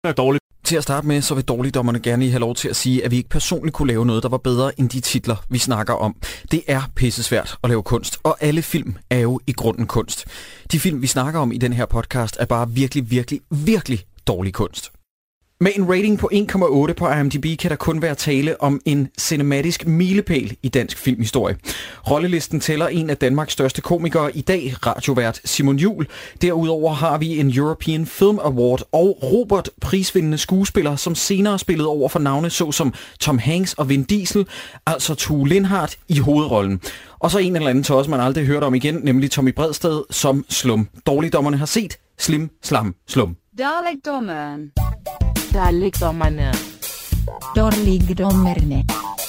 er dårligt. Til at starte med, så vil dårligdommerne gerne lige have lov til at sige, at vi ikke personligt kunne lave noget, der var bedre end de titler, vi snakker om. Det er pissesvært at lave kunst, og alle film er jo i grunden kunst. De film, vi snakker om i den her podcast, er bare virkelig dårlig kunst. Med en rating på 1,8 på IMDb kan der kun være tale om en cinematisk milepæl i dansk filmhistorie. Rollelisten tæller en af Danmarks største komikere i dag, radiovært Simon Juhl. Derudover har vi en European Film Award og Robert prisvindende skuespiller, som senere spillede over for navne såsom Tom Hanks og Vin Diesel, altså Tue Lindhardt i hovedrollen. Og så en eller anden tosse, man aldrig hørt om igen, nemlig Tommy Bredsted som Slum. Dårligdommerne har set Slim, Slam, Slum. Dårligdommerne. Dårligdommerne. Dårligdommerne.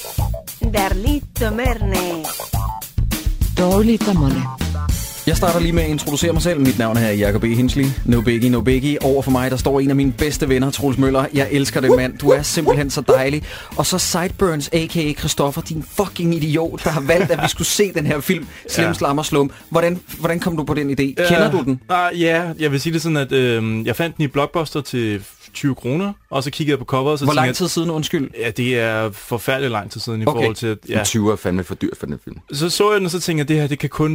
Dårligdommerne. Dårligdommerne. Jeg starter lige med at introducere mig selv. Mit navn er Jacob E. Hinsley. No biggie. Over for mig, der står en af mine bedste venner, Troels Møller. Jeg elsker det, mand. Du er simpelthen så dejlig. Og så Sideburns, a.k.a. Christoffer, din fucking idiot, der har valgt, at vi skulle se den her film, Slim, Slam og Slum. Hvordan kom du på den idé? Kender du den? Ja, jeg vil sige det sådan, at jeg fandt den i Blockbuster til 20 kroner, og så kiggede jeg på coveret. Så hvor lang tid siden, undskyld? Ja, det er forfærdelig lang tid siden i forhold til... Ja. 20 er fandme for dyrt for den film. Så jeg den, og så tænkte jeg, at det her, det kan kun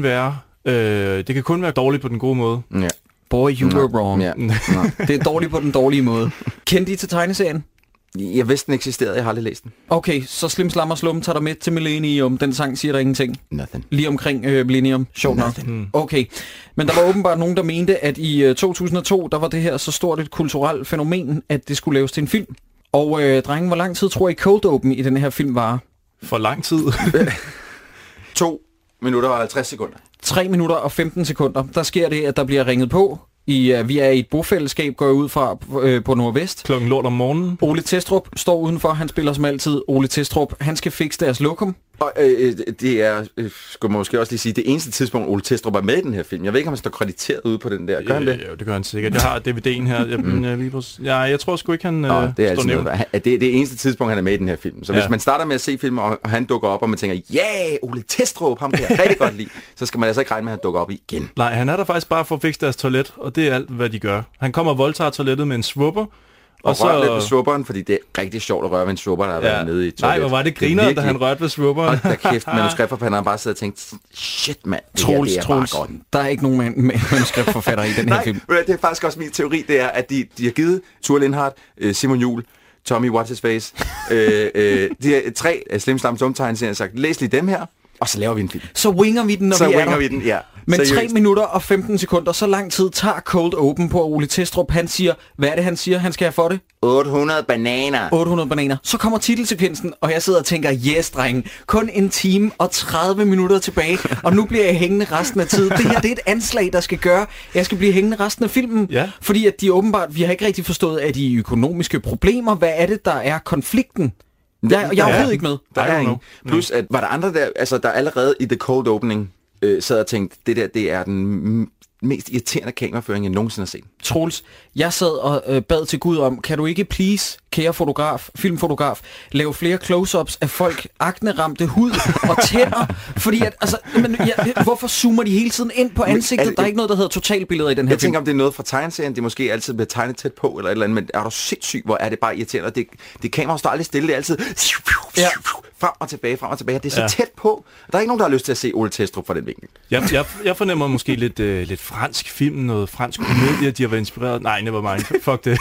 være dårligt på den gode måde. Ja. Boy, you were wrong. Ja. Det er dårligt på den dårlige måde. Kendte I til tegneserien? Jeg vidste, den eksisterede. Jeg har aldrig læst den. Okay, så Slim, Slam og Slum tager dig med til Millennium. Den sang siger der ingenting. Nothing. Lige omkring Millennium. Sjovt nok. Okay, men der var åbenbart nogen, der mente, at i 2002, der var det her så stort et kulturelt fænomen, at det skulle laves til en film. Og drengen, hvor lang tid tror I Cold Open i den her film var? For lang tid. 2 minutter og 50 sekunder. 3 minutter og 15 sekunder. Der sker det, at der bliver ringet på. Vi er i et bofællesskab, går jeg ud fra på Nordvest. Klokken lort om morgenen. Ole Testrup står udenfor. Han spiller som altid Ole Testrup. Han skal fikse deres lokum. Og det er, skulle man måske også lige sige, det eneste tidspunkt, Ole Testrup er med i den her film. Jeg ved ikke, om han står krediteret ude på den der. Gør han det? Jo, det gør han sikkert. Jeg har DVD'en her. Jeg tror sgu ikke, han det er står nævnt. Det er det eneste tidspunkt, han er med i den her film. Så hvis man starter med at se filmen, og han dukker op, og man tænker, Ole Testrup, ham kan jeg rigtig godt lide, så skal man altså ikke regne med, at han dukker op igen. Nej, han er der faktisk bare for at fikse deres toilet, og det er alt, hvad de gør. Han kommer og voldtager toilettet med en swupper. Og rører lidt ved svupperen, fordi det er rigtig sjovt at røre ved en swupper, der har været nede i toilet. Nej, hvor var det griner, da han rørte ved svupperen. Og der kæft, manuskriptforfatteren bare sidder og tænkt, shit mand, det er bare godt. Der er ikke nogen manuskriptforfatter i den her film. Det er faktisk også min teori, det er, at de har givet Tue Lindhardt, Simon Juhl, Tommy What's His Face, de har 3 Slim Slam Slum tegneserier sagt, læs lige dem her, og så laver vi en film. Så winger vi den, når vi er der. Ja. Men 3 minutter og 15 sekunder, så lang tid tager Cold Open på Ole Testrup. Han siger, hvad er det, han siger, han skal have for det? 800 bananer. 800 bananer. Så kommer titelsekvensen, og jeg sidder og tænker, yes, drenge, kun 1 time og 30 minutter tilbage, og nu bliver jeg hængende resten af tiden. Det her, det er et anslag, der skal gøre, jeg skal blive hængende resten af filmen. Ja. Fordi at de åbenbart, vi har ikke rigtig forstået, at de økonomiske problemer, hvad er det, der er konflikten? Jeg er overhovedet ikke med. Der er ingen. Plus, at var der andre der, altså der allerede i The Cold Opening, sad og tænkte, det er den mest irriterende kameraføring, jeg nogensinde har set. Troels, jeg sad og bad til Gud om, kan du ikke please, kære filmfotograf, lave flere close-ups af folk, akneramte hud og tænder? Fordi at, altså, hvorfor zoomer de hele tiden ind på ansigtet? Der er ikke noget, der hedder totalbilleder i den her Jeg tænker, om det er noget fra tegneserien, det måske altid bliver tegnet tæt på, eller et eller andet, men er du sindssygt, hvor er det bare irriterende? Det kamera står aldrig stille, det er altid frem og tilbage. Det er så tæt på. Der er ikke nogen, der har lyst til at se Ole Testrup fra den vinkel. Jeg fornemmer måske lidt fransk film, noget fransk komedie, de har været inspireret. Nej, never mind. Fuck det.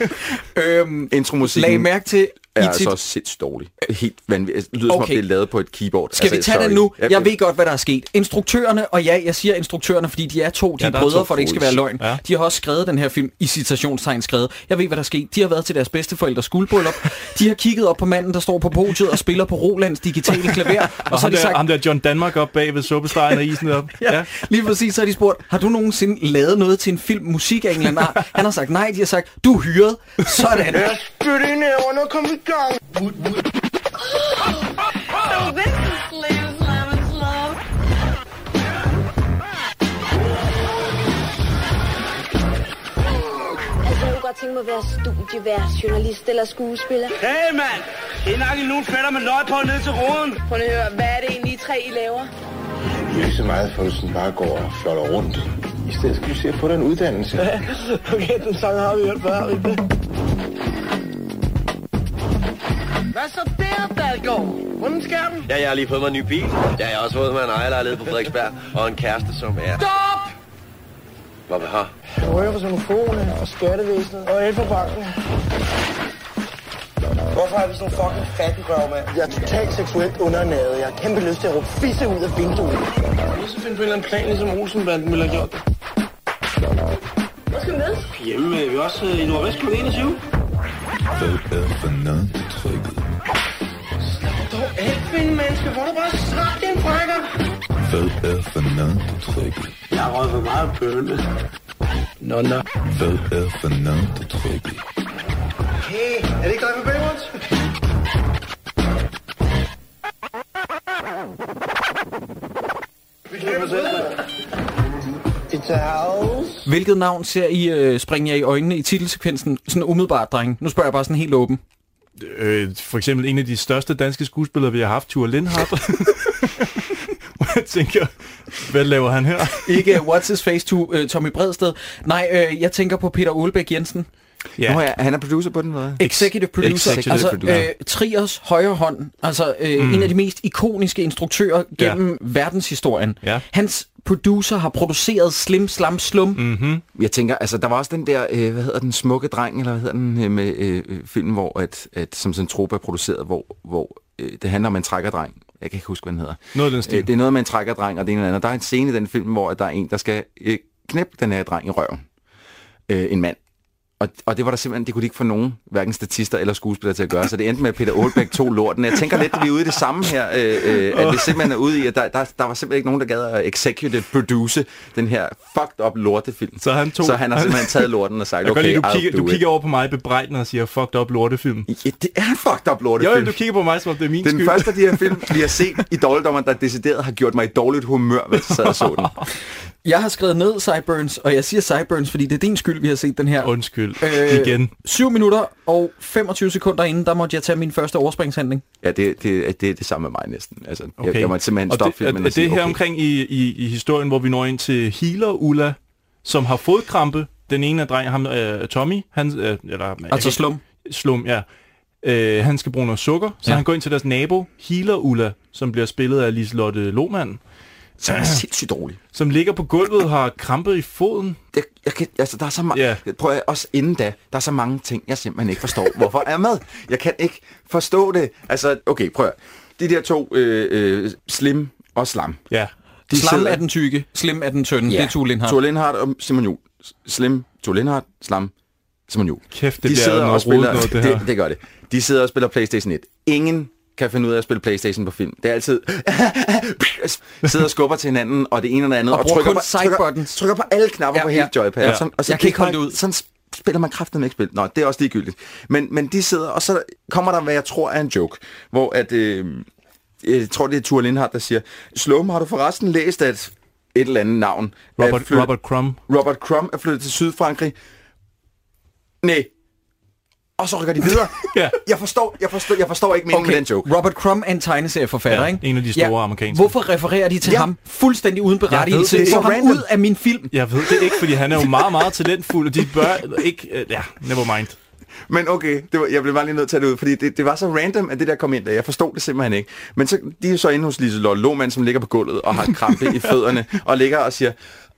Intromusikken lag mærke til er altså sindssygt dårlig. Helt vanvittigt. Det lyder som om det er lavet på et keyboard. Skal vi tage det nu? Jeg ved godt, hvad der er sket. Instruktørerne, og jeg siger instruktørerne, fordi de er brødre, for det ikke skal være løgn. Ja. De har også skrevet den her film, i citationstegn skrevet. Jeg ved, hvad der er sket. De har været til deres bedsteforældres guldbryllup. De har kigget op på manden, der står på podiet og spiller på Rolands digitale klaver. Og så har de sagt... Ham der John Danmark op bag ved suppestegen og isen op. Ja, lige præcis. Så har de spurgt, har du nogensinde lavet noget til en film, musik af en eller anden? Han har sagt nej, de har sagt, du er hyret. Sådan. Jeg spytter i næverne, kom i gang. So this is Slim, Slam and Slum. Altså, jeg kunne godt tænke mig at være studievært, journalist eller skuespiller. Hey, mand! Indnak i nogen fætter med løg på ned til roden. Prøv at høre, hvad er det egentlig, I 3 I laver? Det er ikke så meget, for du sådan bare går og flotter rundt. I stedet skal du se på den uddannelse. Okay, den sang har vi hørt før, ikke? Ja, jeg har lige fået mig en ny bil. Ja, jeg har også fået mig en ejerlejlighed på Frederiksberg. Og en kæreste, som er... Stop! Hvad vi har? Jeg rører for telefonen og skattevæsenet og el på banken. Hvorfor er vi sådan en fucking fattigrøv, mand? Jeg er totalt seksuelt underernæret. Jeg har kæmpe lyst til at råbe fisse ud af vinduet. Jeg vil så finde på en eller anden plan, ligesom Olsenbanden ville have gjort. Hvor skal du med? Jamen, vi er også i Nordvest kl. 21. Hvad er for noget, du trykker? Slap dog af, menneske. Hvor er du bare srak, din frækker? Hvad er for noget, du trykker? Jeg har røget for meget bønne. Nå. Hvad er for noget, du trykker? Hey, er det ikke dig for Baywatch? It's a house. Hvilket navn ser I springe jer i øjnene i titelsekvensen? Sådan umiddelbart, dreng. Nu spørger jeg bare sådan helt åben. For eksempel en af de største danske skuespillere, vi har haft, Thure Lindhardt. Jeg tænker, hvad laver han her? Ikke What's His Face to Tommy Bredsted. Nej, jeg tænker på Peter Aalbæk Jensen. Ja. Nå, ja, han er producer på den, eller? Executive producer. Executive producer. Triers højre hånd. Altså en af de mest ikoniske instruktører gennem verdenshistorien. Ja. Hans producer har produceret Slim Slam Slum. Mm-hmm. Jeg tænker, altså der var også den der, hvad hedder den, Smukke Dreng, eller hvad hedder den, med filmen, hvor at som sådan en trope er produceret, hvor det handler om en trækkerdreng. Jeg kan ikke huske, hvad den hedder. Noget af den stil. Det er noget med en trækkerdreng, og det er en eller anden. Der er en scene i den film, hvor der er en, der skal knæppe den her dreng i røven. En mand. Og det var der simpelthen, det kunne de ikke få nogen, hverken statister eller skuespillere til at gøre, så det endte med, at Peter Aalbæk tog lorten. Jeg tænker lidt, at vi er ude i det samme her, at vi simpelthen er ude i, at der var simpelthen ikke nogen, der gad at executive produce den her fucked up lortefilm. Så han har simpelthen taget lorten og sagt, okay, du kigger over på mig bebrejdende og siger, fucked up lortefilm. Ja, det er en fucked up lortefilm. Jo, du kigger på mig, som om det er min skyld. Den første af de her film, vi har set i Dårligdommeren, der decideret har gjort mig i dårligt humør, hvis jeg sad og så den. Jeg har skrevet ned Sideburns, og jeg siger Sideburns, fordi det er din skyld, vi har set den her. Undskyld. Igen. 7 minutter og 25 sekunder inden, der måtte jeg tage min første overspringshandling. Ja, det er det samme med mig næsten. Altså, okay. jeg måtte simpelthen stoppe filmen og sige, det her omkring i historien, hvor vi når ind til Healer Ulla, som har fodkrampe. Den ene af drengen, Tommy, han, altså Slum. Slum, ja. Han skal bruge noget sukker, så han går ind til deres nabo, Healer Ulla, som bliver spillet af Liselotte Lohmann. Som er sindssygt dårlig. Som ligger på gulvet og har krampet i foden. Der er så mange... Prøv at også inden da, der er så mange ting, jeg simpelthen ikke forstår. Hvorfor er jeg med? Jeg kan ikke forstå det. Altså, okay, prøv at... De der to, Slim og Slam. Ja. Slam er den tykke, Slim er den tynde. Ja. Det er Thure Lindhardt. Thure Lindhardt og Simon Juhl. Slim, Thure Lindhardt, Slam, Simon Juhl. Kæft, det bliver noget rodet noget, det her. Det gør det. De sidder og spiller PlayStation 1. Ingen kan finde ud af at spille PlayStation på film. Det er altid sidder og skubber til hinanden, og det ene og det andet, og trykker på alle knapper på hele joypad. Ja. Og så jeg kan ikke holde det ud. Sådan spiller man kraften ikke spil. Nå, det er også ligegyldigt. Men de sidder, og så kommer der, hvad jeg tror er en joke, hvor at, jeg tror, det er Thure Lindhardt, der siger, Slum, har du forresten læst, at et eller andet navn... Robert Crumb. Robert Crumb er flyttet til Sydfrankrig. Nej. Og så rykker de videre. Ja. Jeg forstår ikke meningen med den joke. Robert Crumb er en tegneserieforfatter, ikke? En af de store amerikanske. Hvorfor refererer de til ham fuldstændig uden berettigelse? Få ham ud af min film. Jeg ved det ikke, fordi han er jo meget, meget talentfuld, og de bør ikke... never mind. Men okay, jeg blev bare lige nødt til at tage det ud, fordi det var så random, at det der kom ind der. Jeg forstod det simpelthen ikke. Men så, de er jo så inde hos Liselotte Lohmann, som ligger på gulvet og har krampe i fødderne, og ligger og siger...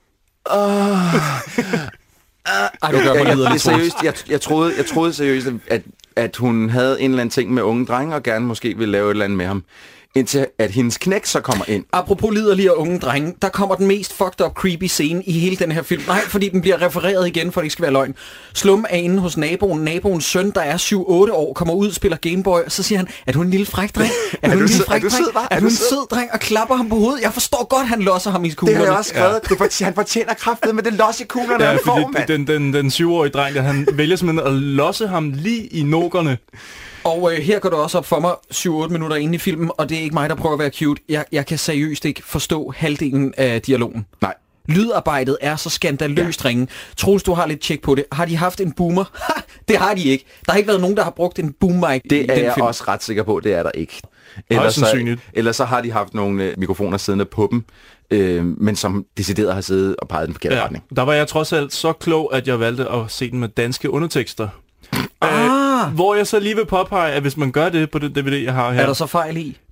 Jeg troede seriøst, at hun havde en eller anden ting med unge drenge, og gerne måske ville lave et eller andet med ham. Indtil at hendes knæk så kommer ind. Apropos liderlige og unge drenge, der kommer den mest fucked up creepy scene i hele den her film. Nej, fordi den bliver refereret igen, for det ikke skal være løgn. Slum er inde hos naboen. Naboens søn, der er 7-8 år, kommer ud, spiller Gameboy, og så siger han, er du en lille fræk dreng? Er du en lille fræk dreng? Er du en sød dreng? Og klapper ham på hovedet. Jeg forstår godt, han losser ham i kuglerne. Det har jeg også skrevet. Han fortjener kraftet med det los i kuglerne, han får, mand. Den 7-årige dreng, han vælger simpelthen at losse ham lige i nukkerne. Og her går det også op for mig 7-8 minutter inde i filmen, og det er ikke mig, der prøver at være cute. Jeg kan seriøst ikke forstå halvdelen af dialogen. Nej. Lydarbejdet er så skandaløst ringe. Troels, du har lidt tjek på det. Har de haft en boomer? Ha, det har de ikke. Der har ikke været nogen, der har brugt en boom mic i den film. Det er jeg også ret sikker på, det er der ikke. Ellers så har de haft nogle mikrofoner siddende på dem, men som decideret har siddet og peget den forkerte retning. Der var jeg trods alt så klog, at jeg valgte at se den med danske undertekster. Hvor jeg så lige vil påpege, at hvis man gør det på den DVD, jeg har her... Er der så fejl i?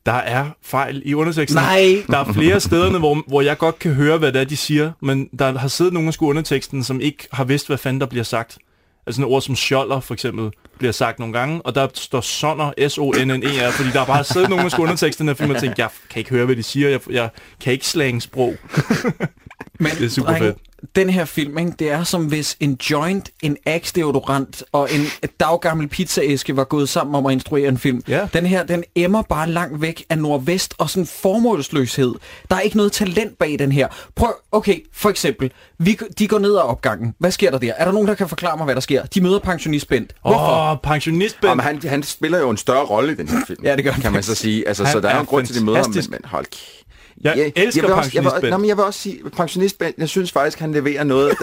Der er fejl i underteksten. Nej! Der er flere steder, hvor jeg godt kan høre, hvad det er, de siger, men der har siddet nogen af underteksten, som ikke har vidst, hvad fanden der bliver sagt. Altså sådan et ord som skjolder, for eksempel, bliver sagt nogle gange, og der står sonner, S-O-N-N-E-R, fordi der har bare siddet nogen af underteksterne, fordi man tænker, jeg kan ikke høre, hvad de siger, jeg kan ikke slangsprog. Men det er super fedt. Den her film, ikke, det er som hvis en joint, en Axe-deodorant og en daggammel pizzaæske var gået sammen om at instruere en film. Ja. Den her, den emmer bare langt væk af nordvest og sådan formålsløshed. Der er ikke noget talent bag den her. Prøv, okay, for eksempel, de går ned ad opgangen. Hvad sker der der? Er der nogen, der kan forklare mig, hvad der sker? De møder pensionist Bent. Hvorfor? Pensionist Bent. Men han spiller jo en større rolle i den her film. Ja, det gør kan man så sige. Altså, så der er en grund til, de møder ham, men hold kæft. Jeg elsker pensionist Bent. Jeg vil også sige, pensionist Bent, jeg synes faktisk, han leverer noget,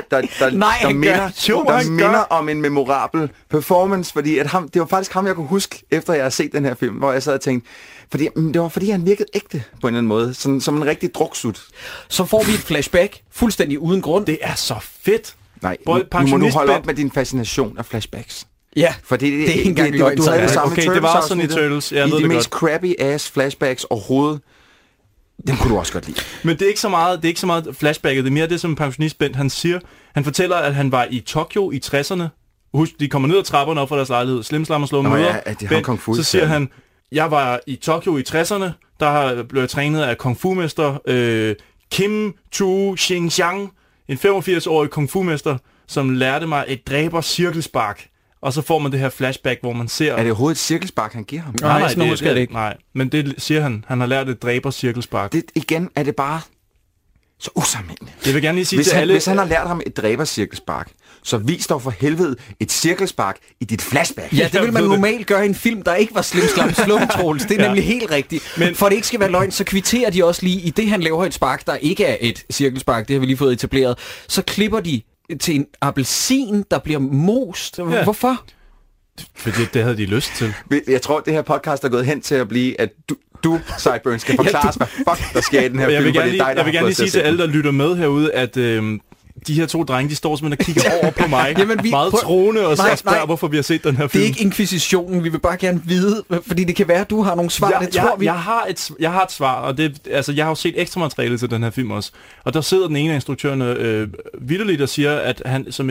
der minder om en memorabel performance, fordi at det var faktisk ham, jeg kunne huske, efter jeg har set den her film, hvor jeg sad og tænkte, det var fordi, han virkede ægte på en eller anden måde, sådan, som en rigtig druksut. Så får vi et flashback, fuldstændig uden grund. Det er så fedt. Nej, nu må du holde op med din fascination af flashbacks. Ja, fordi det er ikke engang løgn. Du havde det samme okay, det var sådan i Turtles. I de mest crappy ass flashbacks overhovedet. Dem kunne du også godt lide. Men det er ikke så meget flashbacket. Det er mere det, som pensionist Bent, han siger. Han fortæller, at han var i Tokyo i 60'erne. Husk, de kommer ned ad trapperne op fra deres lejlighed. Slim Slam og slå møder. Ja, så siger han, jeg var i Tokyo i 60'erne. Der blev jeg trænet af kung fu-mester Kim Tu Xinjiang. En 85-årig kung fu-mester, som lærte mig et dræber cirkelspark. Og så får man det her flashback, hvor man ser... Er det overhovedet et cirkelspark, han giver ham? Nej, det er det ikke. Nej, men det siger han. Han har lært et dræber cirkelspark. Det igen er det bare så usammenhængende. Jeg vil gerne lige sige til alle... Hvis han har lært ham et dræber cirkelspark, så vis dog for helvede et cirkelspark i dit flashback. Ja, det vil man normalt gøre i en film, der ikke var Slim Slam Slumtrols. Det er nemlig helt rigtigt. Men for det ikke skal være løgn, så kvitterer de også lige, i det han laver et spark, der ikke er et cirkelspark, det har vi lige fået etableret, så klipper de til en appelsin, der bliver most. Ja. Hvorfor? Fordi det havde de lyst til. Jeg tror, det her podcast er gået hen til at blive, at du Sideburn, skal forklare os, hvad fuck der sker i den her film. Jeg vil gerne lige sige til alle, der lytter med herude, at de her to drenge, de står simpelthen og kigger over på mig. Jamen, meget troende og spørger, hvorfor vi har set den her film. Det er ikke inkvisitionen, vi vil bare gerne vide, fordi det kan være, at du har nogle svar. Jeg har et svar, og jeg har jo set ekstra materiale til den her film også. Og der sidder den ene af instruktørerne vitterligt og siger, at han som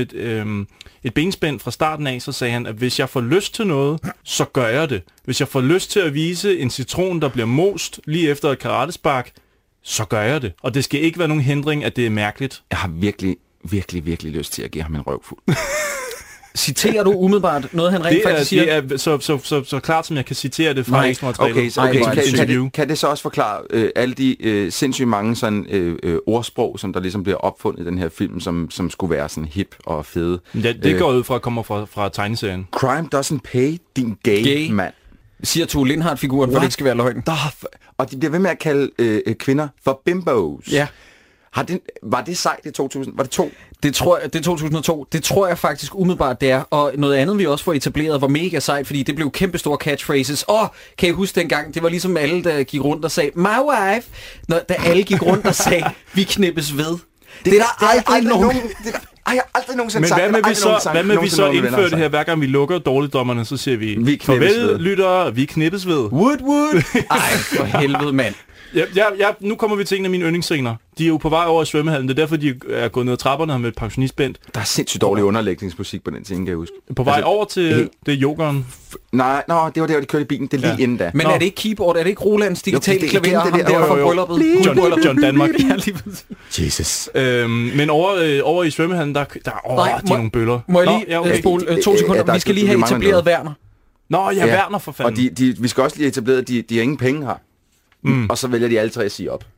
et benspænd fra starten af, så sagde han, at hvis jeg får lyst til noget, så gør jeg det. Hvis jeg får lyst til at vise en citron, der bliver most lige efter et karatespark, så gør jeg det. Og det skal ikke være nogen hindring, at det er mærkeligt. Jeg har virkelig, virkelig, virkelig lyst til at give ham en røvfuld. Citerer du umiddelbart noget, han rent faktisk siger? Det er så klart, som jeg kan citere det fra ekstra materialet. Okay, kan det så også forklare alle de sindssygt mange sådan, ordsprog, som der ligesom bliver opfundet i den her film, som skulle være sådan hip og fede? Ja, det går ud fra at komme fra tegneserien. Crime doesn't pay, din gay mand. Siger Tue Lindhardt-figuren, for det ikke skal være løgn. Og de bliver ved med at kalde kvinder for bimbos. Ja. Var det sejt i 2000? Var det 2? Det er 2002. Det tror jeg faktisk umiddelbart, det er. Og noget andet, vi også får etableret, var mega sejt, fordi det blev kæmpe store catchphrases. Kan I huske dengang? Det var ligesom alle, der gik rundt og sagde, my wife. Da alle gik rundt og sagde, vi knippes ved. Det er der aldrig nogen... Jeg har aldrig nogensinde sagt. Men hvad med vi så indfører det her, hver gang vi lukker dårligdommerne, så siger vi farvel, lyttere, vi knippes ved. Wood. Ej, for helvede, mand. Nu kommer vi til en af mine yndlingsscener. De er jo på vej over i svømmehallen. Det er derfor, de er gået ned ad trapperne med et pensionist Bent. Der er sindssygt dårlig underlægningsmusik på den scene, kan jeg huske. På vej over til det yoghurten. Nej, det var der, de kørte i bilen. Det er lige inden da. Men er det ikke keyboard? Er det ikke Rolands digitale klaver? Ham der fra brylluppet? John Danmark. Jesus. Men over i svømmehallen, der de er nogle bøller. Må jeg lige spole 2 sekunder? Vi skal lige have etableret Werner. Nå, ja, Werner for fanden. Og vi skal også lige etableret, at de har ingen penge her. Og så vælger de alle tre at sige op.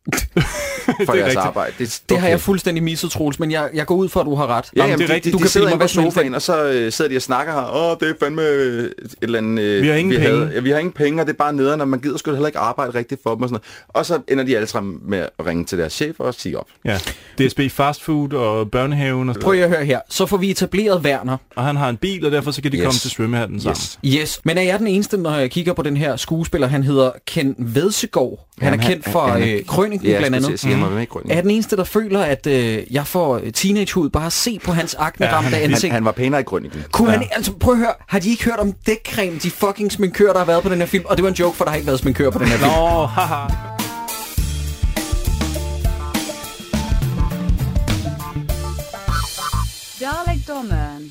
For deres arbejde. Det har jeg fuldstændig misset, Troels, men jeg går ud for, at du har ret. Ja, jamen, det er rigtigt. Du kan sidde inde på sofaen, og så sidder de og snakker her. Det er fandme et eller andet... Vi har ingen penge. Vi har ingen penge, og det er bare nederen, og man gider sgu heller ikke arbejde rigtigt for dem og sådan noget. Og så ender de alle sammen med at ringe til deres chef og sige op. Ja. DSB Fast Food og børnehaven og... Prøv at høre her. Så får vi etableret Werner. Og han har en bil, og derfor så kan de komme til svømmehallen sammen. Yes. Men er jeg den eneste, når jeg kigger på den her skuespiller? Han hedder Ken Vedsegaard. Han er kendt for Krøniken blandt andet. Han var med i Grønningen. Er den eneste, der føler, at jeg får teenagehud bare at se på hans akneramte ansigt? Han var pænere i Grønningen. Kunne han, altså prøv at høre, har de ikke hørt om dækcreme, de fucking sminkører, der har været på den her film? Og det var en joke, for der har ikke været sminkører på den her film. Nå, haha. Dalekdommeren.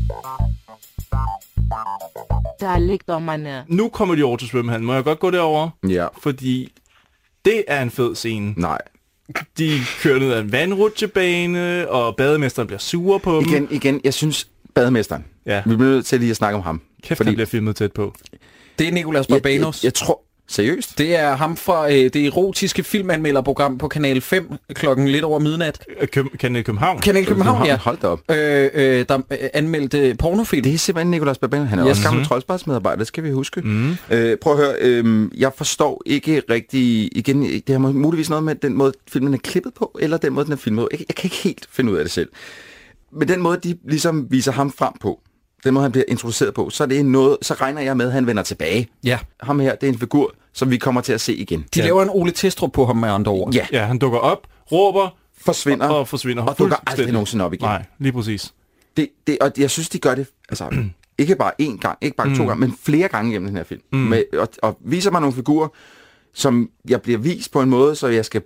Dalekdommerne. Nu kommer de over til svømmehallen. Må jeg godt gå derover? Ja. Fordi det er en fed scene. Nej. De kører ned ad en vandrutsjebane, og bademesteren bliver sur på dem. Igen, jeg synes, bademesteren. Ja. Vi bliver nødt til lige at snakke om ham. Kæft, han bliver filmet tæt på. Det er Nicolas Barbanos. Jeg tror... Seriøst? Det er ham fra det erotiske filmanmelderprogram på Kanal 5 klokken lidt over midnat. Kanal København? Kanal København, ja. Hold da op. Der anmeldte pornofilm. Det er simpelthen Nicolas Barbanos. Han er også gammel troldspejdsmedarbejder, det skal vi huske. Prøv at høre, jeg forstår ikke rigtig... Igen, det har muligvis noget med den måde, filmen er klippet på, eller den måde, den er filmet på. Jeg kan ikke helt finde ud af det selv. Men den måde, de ligesom viser ham frem på, den måde, han bliver introduceret på, så er det noget, så regner jeg med, at han vender tilbage. Ja. Ham her, det er en figur, som vi kommer til at se igen. De laver en Ole Testrup på ham med andre ord. Ja, han dukker op, råber, forsvinder og dukker aldrig nogensinde op igen. Nej, lige præcis. Og jeg synes, de gør det, altså, ikke bare én gang, ikke bare 2 gange, men flere gange gennem den her film. Og viser mig nogle figurer, som jeg bliver vist på en måde, så jeg skal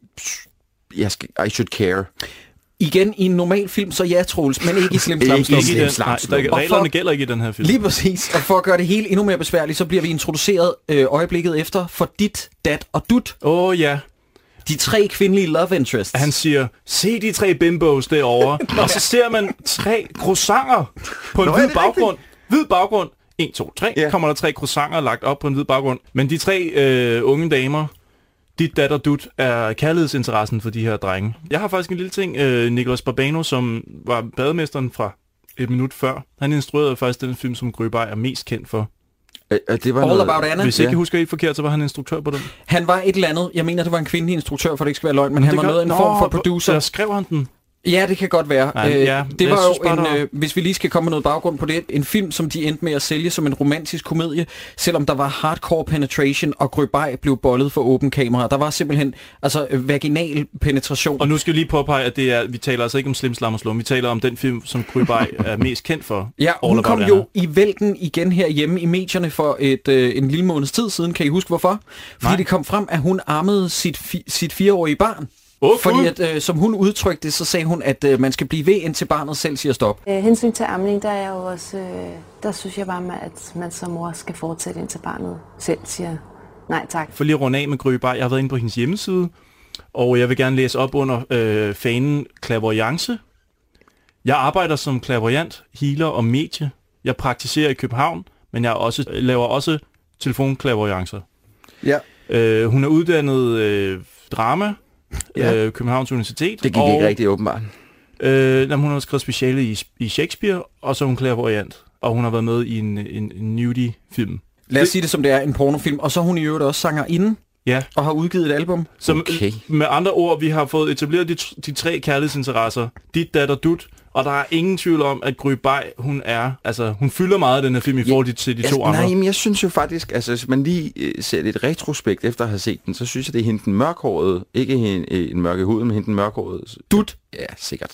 I should care. Igen i en normal film, så ja, Troels, men ikke i Slim Slam Slum. Reglerne gælder ikke i den her film. Lige præcis. Og for at gøre det hele endnu mere besværligt, så bliver vi introduceret øjeblikket efter for dit, dat og dut. Ja. De 3 kvindelige love interests. Han siger, se de 3 bimbos derovre. Og så ser man 3 croissanter på en hvid baggrund. Hvid baggrund. 1, 2, 3. Kommer der 3 croissanter lagt op på en hvid baggrund. Men de 3 unge damer, dit, dat og dut, er kærlighedsinteressen for de her drenge. Jeg har faktisk en lille ting. Nicolas Barbanos, som var bademesteren fra et minut før. Han instruerede faktisk den film, som Grøbej er mest kendt for. Det var All About Anna. Hvis ikke jeg husker helt forkert, så var han instruktør på den. Han var et eller andet. Jeg mener, det var en kvindelig instruktør, for det ikke skal være løgn, men han var noget en form for producer. Der skrev han den. Ja, det kan godt være. Det var jo hvis vi lige skal komme med noget baggrund på det, en film, som de endte med at sælge som en romantisk komedie, selvom der var hardcore penetration, og Grøbej blev bollet for åben kamera. Der var simpelthen vaginal penetration. Og nu skal vi lige påpege, at vi taler altså ikke om Slim Slam og Slum. Vi taler om den film, som Grøbej er mest kendt for. Ja, hun kom jo i vælten igen herhjemme i medierne for en lille måneds tid siden. Kan I huske hvorfor? Fordi det kom frem, at hun ammede sit 4-årige barn. Fordi at, som hun udtrykte, så sagde hun, at man skal blive ved, indtil barnet selv siger stop. Hensyn til amning, der er jeg jo også, der synes jeg bare, at man som mor skal fortsætte, indtil barnet selv siger nej tak. For lige at runde af med Grøbej, jeg har været inde på hendes hjemmeside, og jeg vil gerne læse op under fanen Clairvoyance. Jeg arbejder som clairvoyant, healer og medie. Jeg praktiserer i København, men jeg laver også telefonclairvoyancer. Ja. Hun er uddannet drama, Københavns Universitet. Det gik ikke rigtig åbenbart. Hun har skrevet speciale i Shakespeare, og så er hun clairvoyant, og hun har været med i en nudie-film. Lad os sige det som det er, en pornofilm, og så er hun i øvrigt også sangerinde, og har udgivet et album. Så med andre ord, vi har fået etableret de 3 kærlighedsinteresser, dit, dat og dut, og der er ingen tvivl om, at Grøbej, hun fylder meget af den her film i forhold til de 2 andre. Nej, men jeg synes jo faktisk, hvis man lige ser lidt retrospekt efter at have set den, så synes jeg, det er hende den mørkhårede, ikke en mørke hud, men hende den mørkhårede. Dut? Ja, sikkert.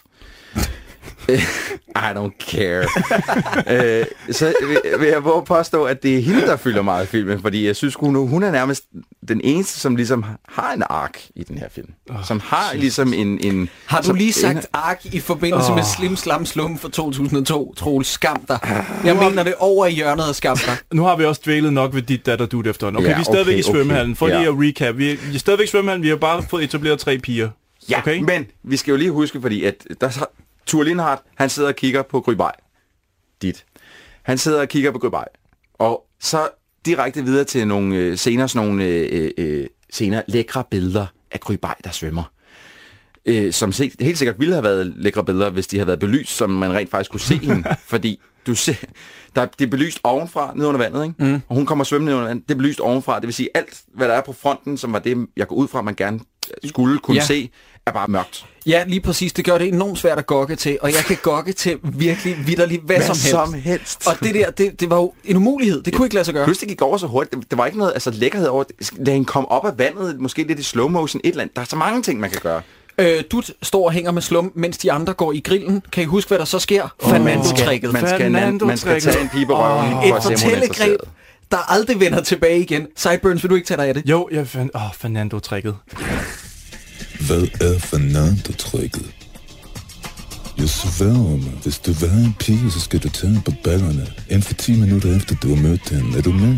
I don't care. Så vil jeg våge påstå, at det er hende, der fylder meget i filmen, fordi jeg synes, hun er nærmest den eneste, som ligesom har en ark i den her film. Som har ligesom en... Har du lige sagt ark i forbindelse med Slim Slam Slum for 2002? Troels, skam dig. Jeg mener det over i hjørnet og skam dig. Nu har vi også dvælet nok ved dit, dat og dut efterhånden. Okay, vi er stadigvæk i svømmehallen. For lige at recap. Vi er stadigvæk i svømmehallen. Vi har bare fået etableret 3 piger. Ja, okay? Men vi skal jo lige huske, fordi at Thure Lindhardt, han sidder og kigger på Grøbej. Han sidder og kigger på Grøbej. Og så direkte videre til nogle senere lækre billeder af Grøbej, der svømmer. Som helt sikkert ville have været lækre billeder, hvis de havde været belyst, som man rent faktisk kunne se hende. Fordi du ser, det er belyst ovenfra, ned under vandet, ikke? Og hun kommer svømmende ned under vandet. Det er belyst ovenfra. Det vil sige, alt, hvad der er på fronten, som var det, jeg går ud fra, man gerne skulle kunne se, er bare mørkt. Ja, lige præcis. Det gør det enormt svært at gokke til, og jeg kan gokke til virkelig vitterligt hvad som helst. Og det der, det var jo en umulighed. Det kunne ikke lade sig gøre. Pludselig gik over så hurtigt. Det var ikke noget lækkerhed over. Lad hende komme op af vandet, måske lidt i slow motion, et eller andet. Der er så mange ting, man kan gøre. Du står og hænger med slum, mens de andre går i grillen. Kan I huske, hvad der så sker? Fernando-tricket. Man skal tage en pige på røven. Et fortællegreb, der aldrig vender tilbage igen. Sideburns, vil du ikke tage dig af det? Jo, jeg fandt... Fernando-tricket. Hvad er Fernando-tricket? Jeg sværger mig. Hvis du vil have en pige, så skal du tage på ballerne. Inden for 10 minutter efter du har mødt hende. Er du med?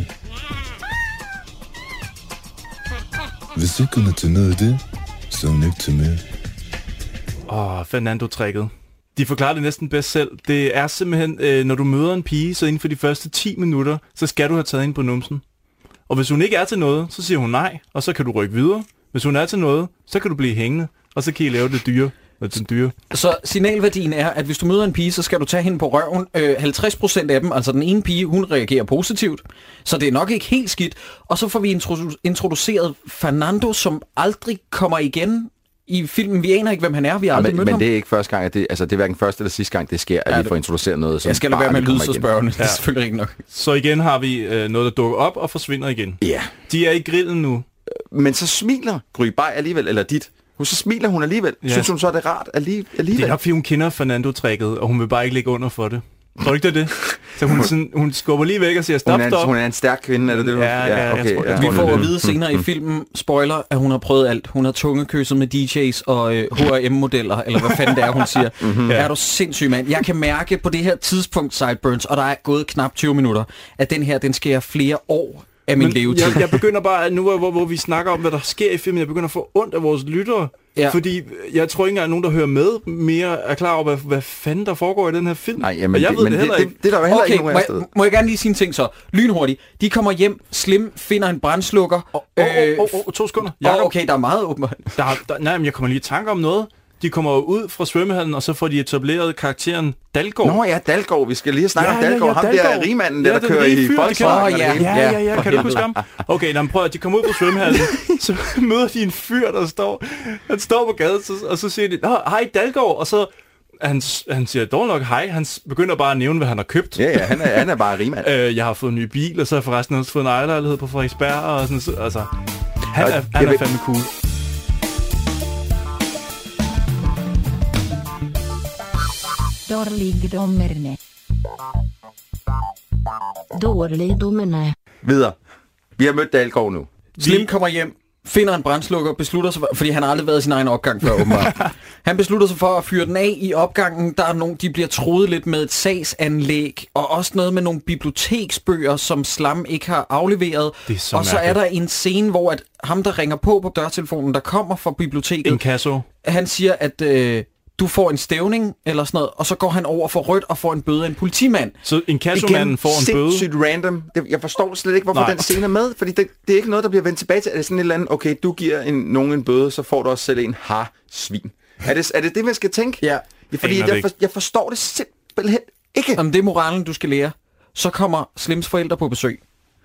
Hvis ikke hun er til noget af det, så er hun ikke til mere. Fernando-tricket. De forklarer det næsten bedst selv. Det er simpelthen, når du møder en pige, så inden for de første 10 minutter, så skal du have taget hende på numsen. Og hvis hun ikke er til noget, så siger hun nej, og så kan du rykke videre. Hvis hun er til noget, så kan du blive hængende, og så kan I lave det dyre. Så signalværdien er, at hvis du møder en pige, så skal du tage hende på røven. 50% af dem, altså den ene pige, hun reagerer positivt, så det er nok ikke helt skidt. Og så får vi introduceret Fernando, som aldrig kommer igen i filmen. Vi aner ikke, hvem han er. Vi har aldrig mødt ham. Men det er ikke første gang, det er hverken første eller sidste gang, det sker, at vi får introduceret noget, som jeg skal lade være med at lyde så spørgende. Det er selvfølgelig ikke nok. Så igen har vi noget, der dukker op og forsvinder igen. Ja. De er i grillen nu. Men så smiler Gry Bay alligevel, eller dit. Så smiler hun alligevel. Ja. Synes hun så, er det rart alligevel? Det er nok, fordi hun kender Fernando-tricket, og hun vil bare ikke ligge under for det. Tror du ikke, det er det? Så hun skubber lige væk og siger, stop. Hun er en stærk kvinde, er det det? Ja, okay. Jeg tror, vi får at vide senere i filmen, spoiler, at hun har prøvet alt. Hun har tungekysset med DJ's og H&M-modeller, eller hvad fanden det er, hun siger. Er du sindssyg, mand? Jeg kan mærke på det her tidspunkt, Sideburns, og der er gået knap 20 minutter, at den her, den skærer flere år af min levetid. Jeg begynder bare, nu hvor vi snakker om, hvad der sker i filmen, jeg begynder at få ondt af vores lyttere. Ja. Fordi jeg tror ikke engang, at nogen, der hører med, mere er klar over, hvad fanden der foregår i den her film. Nej, jamen, jeg ved det heller ikke. Det er der jo heller ikke nogen afsted. Må jeg gerne lige sige en ting så? Lynhurtigt. De kommer hjem, Slim finder en brandslukker. 2 sekunder. Okay, der er meget åbent. Nej, men jeg kommer lige i tanke om noget. De kommer ud fra svømmehallen, og så får de etableret karakteren Dalgaard. Nå ja, Dalgaard. Vi skal lige snakke om Dalgaard. Ham der er rigmanden, der kører i Volkswagen. Ja. Kan du huske ham? Okay, prøv at de kommer ud fra svømmehallen, så møder de en fyr, der står på gaden, og så siger de, hej Dalgaard, og så han siger dog nok hej. Han begynder bare at nævne, hvad han har købt. Ja, han er bare rigmand. Jeg har fået en ny bil, og så har jeg forresten også fået en ejerlejlighed på Frederiksberg, og sådan, altså, han er fandme cool. Dårligdommerne. Videre. Vi har mødt Dalgaard nu. Slim kommer hjem, finder en brandslukker, beslutter sig, fordi han har aldrig været i sin egen opgang før, åbenbart. Han beslutter sig for at fyre den af i opgangen. Der er nogen, de bliver troet lidt med et sagsanlæg, og også noget med nogle biblioteksbøger, som Slam ikke har afleveret. Og så er der en scene, hvor at ham, der ringer på dørtelefonen, der kommer fra biblioteket, Inkasso. Han siger, at du får en stævning eller sådan noget, og så går han over for rødt og får en bøde af en politimand. Så Inkasso-manden får en bøde? Sindssygt random. Jeg forstår slet ikke, hvorfor den scene er med, fordi det er ikke noget, der bliver vendt tilbage til. Er det sådan et eller andet, okay, du giver nogen en bøde, så får du også selv en svin. Er det, man skal tænke? Ja. Fordi jeg forstår det simpelthen ikke. Om det er moralen, du skal lære, så kommer Slims forældre på besøg.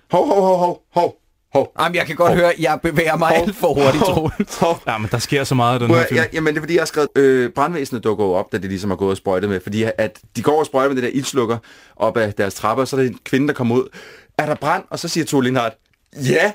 Hov. Jamen, jeg kan godt høre, at jeg bevæger mig alt for hurtigt, Troels. Ja, men der sker så meget i den her film. Jamen, det er fordi, jeg har skrevet, brandvæsenet dukker op, da det ligesom har gået og sprøjtet med. Fordi at de går og sprøjter med det der ildslukker op ad deres trapper, og så er der en kvinde, der kommer ud. Er der brand? Og så siger Tove Lindhardt, ja.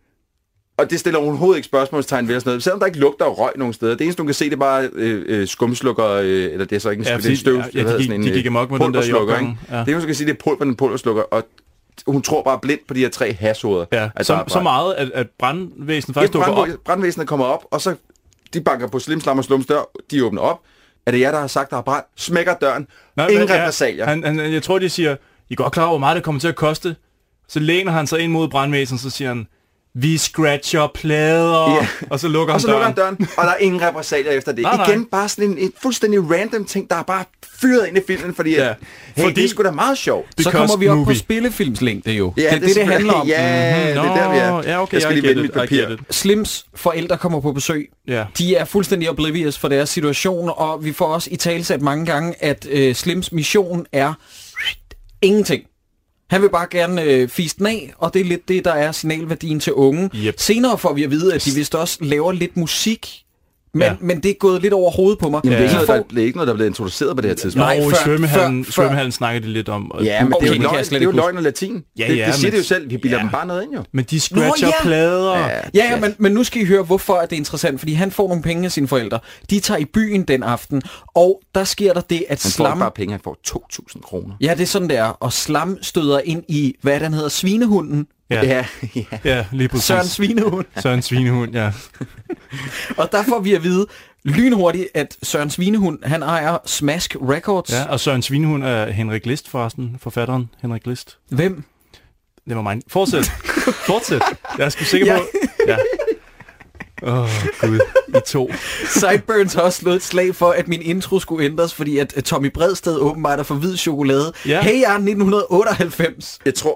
Og det stiller hun overhovedet ikke spørgsmålstegn ved og sådan noget. Selvom der ikke lugter og røg nogen steder. Det eneste, hun kan se, det er bare skumslukker, eller det er så ikke en støv. De gik amok med den der i opgangen. Ja. Det, hun kan sige, det er pulverslukker, og hun tror bare blindt på de her 3 hashoveder. Ja, altså, så meget, at brandvæsenet faktisk dukker op. Brandvæsenet kommer op, og så de banker på Slim, Slam og Slums dør. De åbner op. Er det jer, der har sagt, der har brand? Smækker døren. Ingen repressalier. Jeg tror, de siger, I er godt klar over, hvor meget det kommer til at koste. Så læner han sig ind mod brandvæsenet, så siger han, vi scratcher plader, og så lukker han døren. Og der er ingen repressalier efter det. Nej. Igen bare sådan en fuldstændig random ting, der er bare fyret ind i filmen, fordi det er sgu da meget sjovt. Så kommer vi op på spillefilmslængde jo. Ja, det handler om. Ja, det er der, vi er. Ja, okay, jeg skal lige vende mit papir. Slims forældre kommer på besøg. Ja. De er fuldstændig oblivious for deres situation, og vi får også i talesat mange gange, at Slims mission er ingenting. Han vil bare gerne fiste den af, og det er lidt det, der er signalværdien til unge. Yep. Senere får vi at vide, at de vist også laver lidt musik Men det er gået lidt over hovedet på mig. Jamen, det er ikke noget, der er blevet introduceret på det her tidspunkt. Nej, i svømmehallen snakker de lidt om. Ja, men det er jo løgn og latin. Det siger det jo selv. Vi bilder dem bare noget ind, jo. Men de scratcher plader. Men nu skal I høre, hvorfor det er interessant. Fordi han får nogle penge af sine forældre. De tager i byen den aften, og der sker der det, at Slam... Han får bare penge, han får 2.000 kroner. Ja, det er sådan, det er. Og Slam støder ind i, hvad den hedder, svinehunden. Ja, lige præcis. Søren Svinehund, ja. Og der får vi at vide lynhurtigt, at Søren Svinehund, han ejer Smask Records. Ja, og Søren Svinehund er Henrik List forresten, forfatteren Henrik List. Hvem? Det var mig. Fortsæt. Jeg er sgu sikker på... Ja. Gud, I to. Sideburns har også slået et slag for, at min intro skulle ændres, fordi at Tommy Bredsted åbenbart er for hvid chokolade. Ja. Hey, jeg er 1998.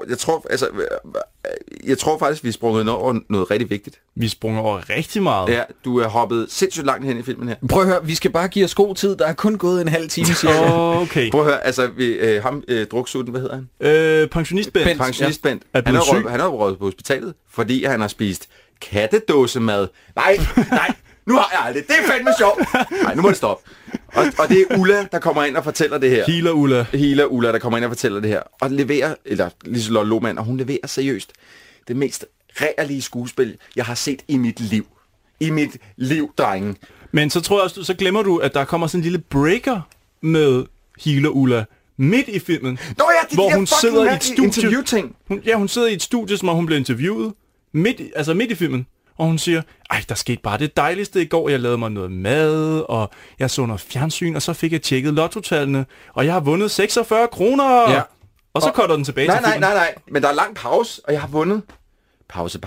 Jeg tror faktisk, vi er sprunget over noget rigtig vigtigt. Vi er sprunget over rigtig meget. Ja, du er hoppet sindssygt langt hen i filmen her. Prøv at høre, vi skal bare give os god tid. Der er kun gået en halv time cirka. Okay. Prøv at høre, altså ham druksutten, hvad hedder han? Pensionist Bent. Pensionist Bent. Ja. Han har røget på hospitalet, fordi han har spist kattedåsemad. Nej, nu har jeg aldrig. Det er fandme sjovt. Nej, nu må det stoppe. Og det er Ulla, der kommer ind og fortæller det her. Healer Ulla, der kommer ind og fortæller det her. Og leverer, eller Liselotte Lohmann, og hun leverer seriøst det mest reelle skuespil, jeg har set i mit liv. I mit liv, drenge. Men så tror jeg også, så glemmer du, at der kommer sådan en lille breaker med Healer Ulla midt i filmen. Nå ja, hvor hun sidder i et studie. Interviewting. Hun sidder i et studie, som hun bliver interviewet. Midt i filmen. Og hun siger, der skete bare det dejligste i går. Jeg lavede mig noget mad, og jeg så noget fjernsyn, og så fik jeg tjekket lottotallene, og jeg har vundet 46 kroner. Ja. Og så cutter den tilbage til filmen. Nej. Men der er lang pause, og jeg har vundet. Pause.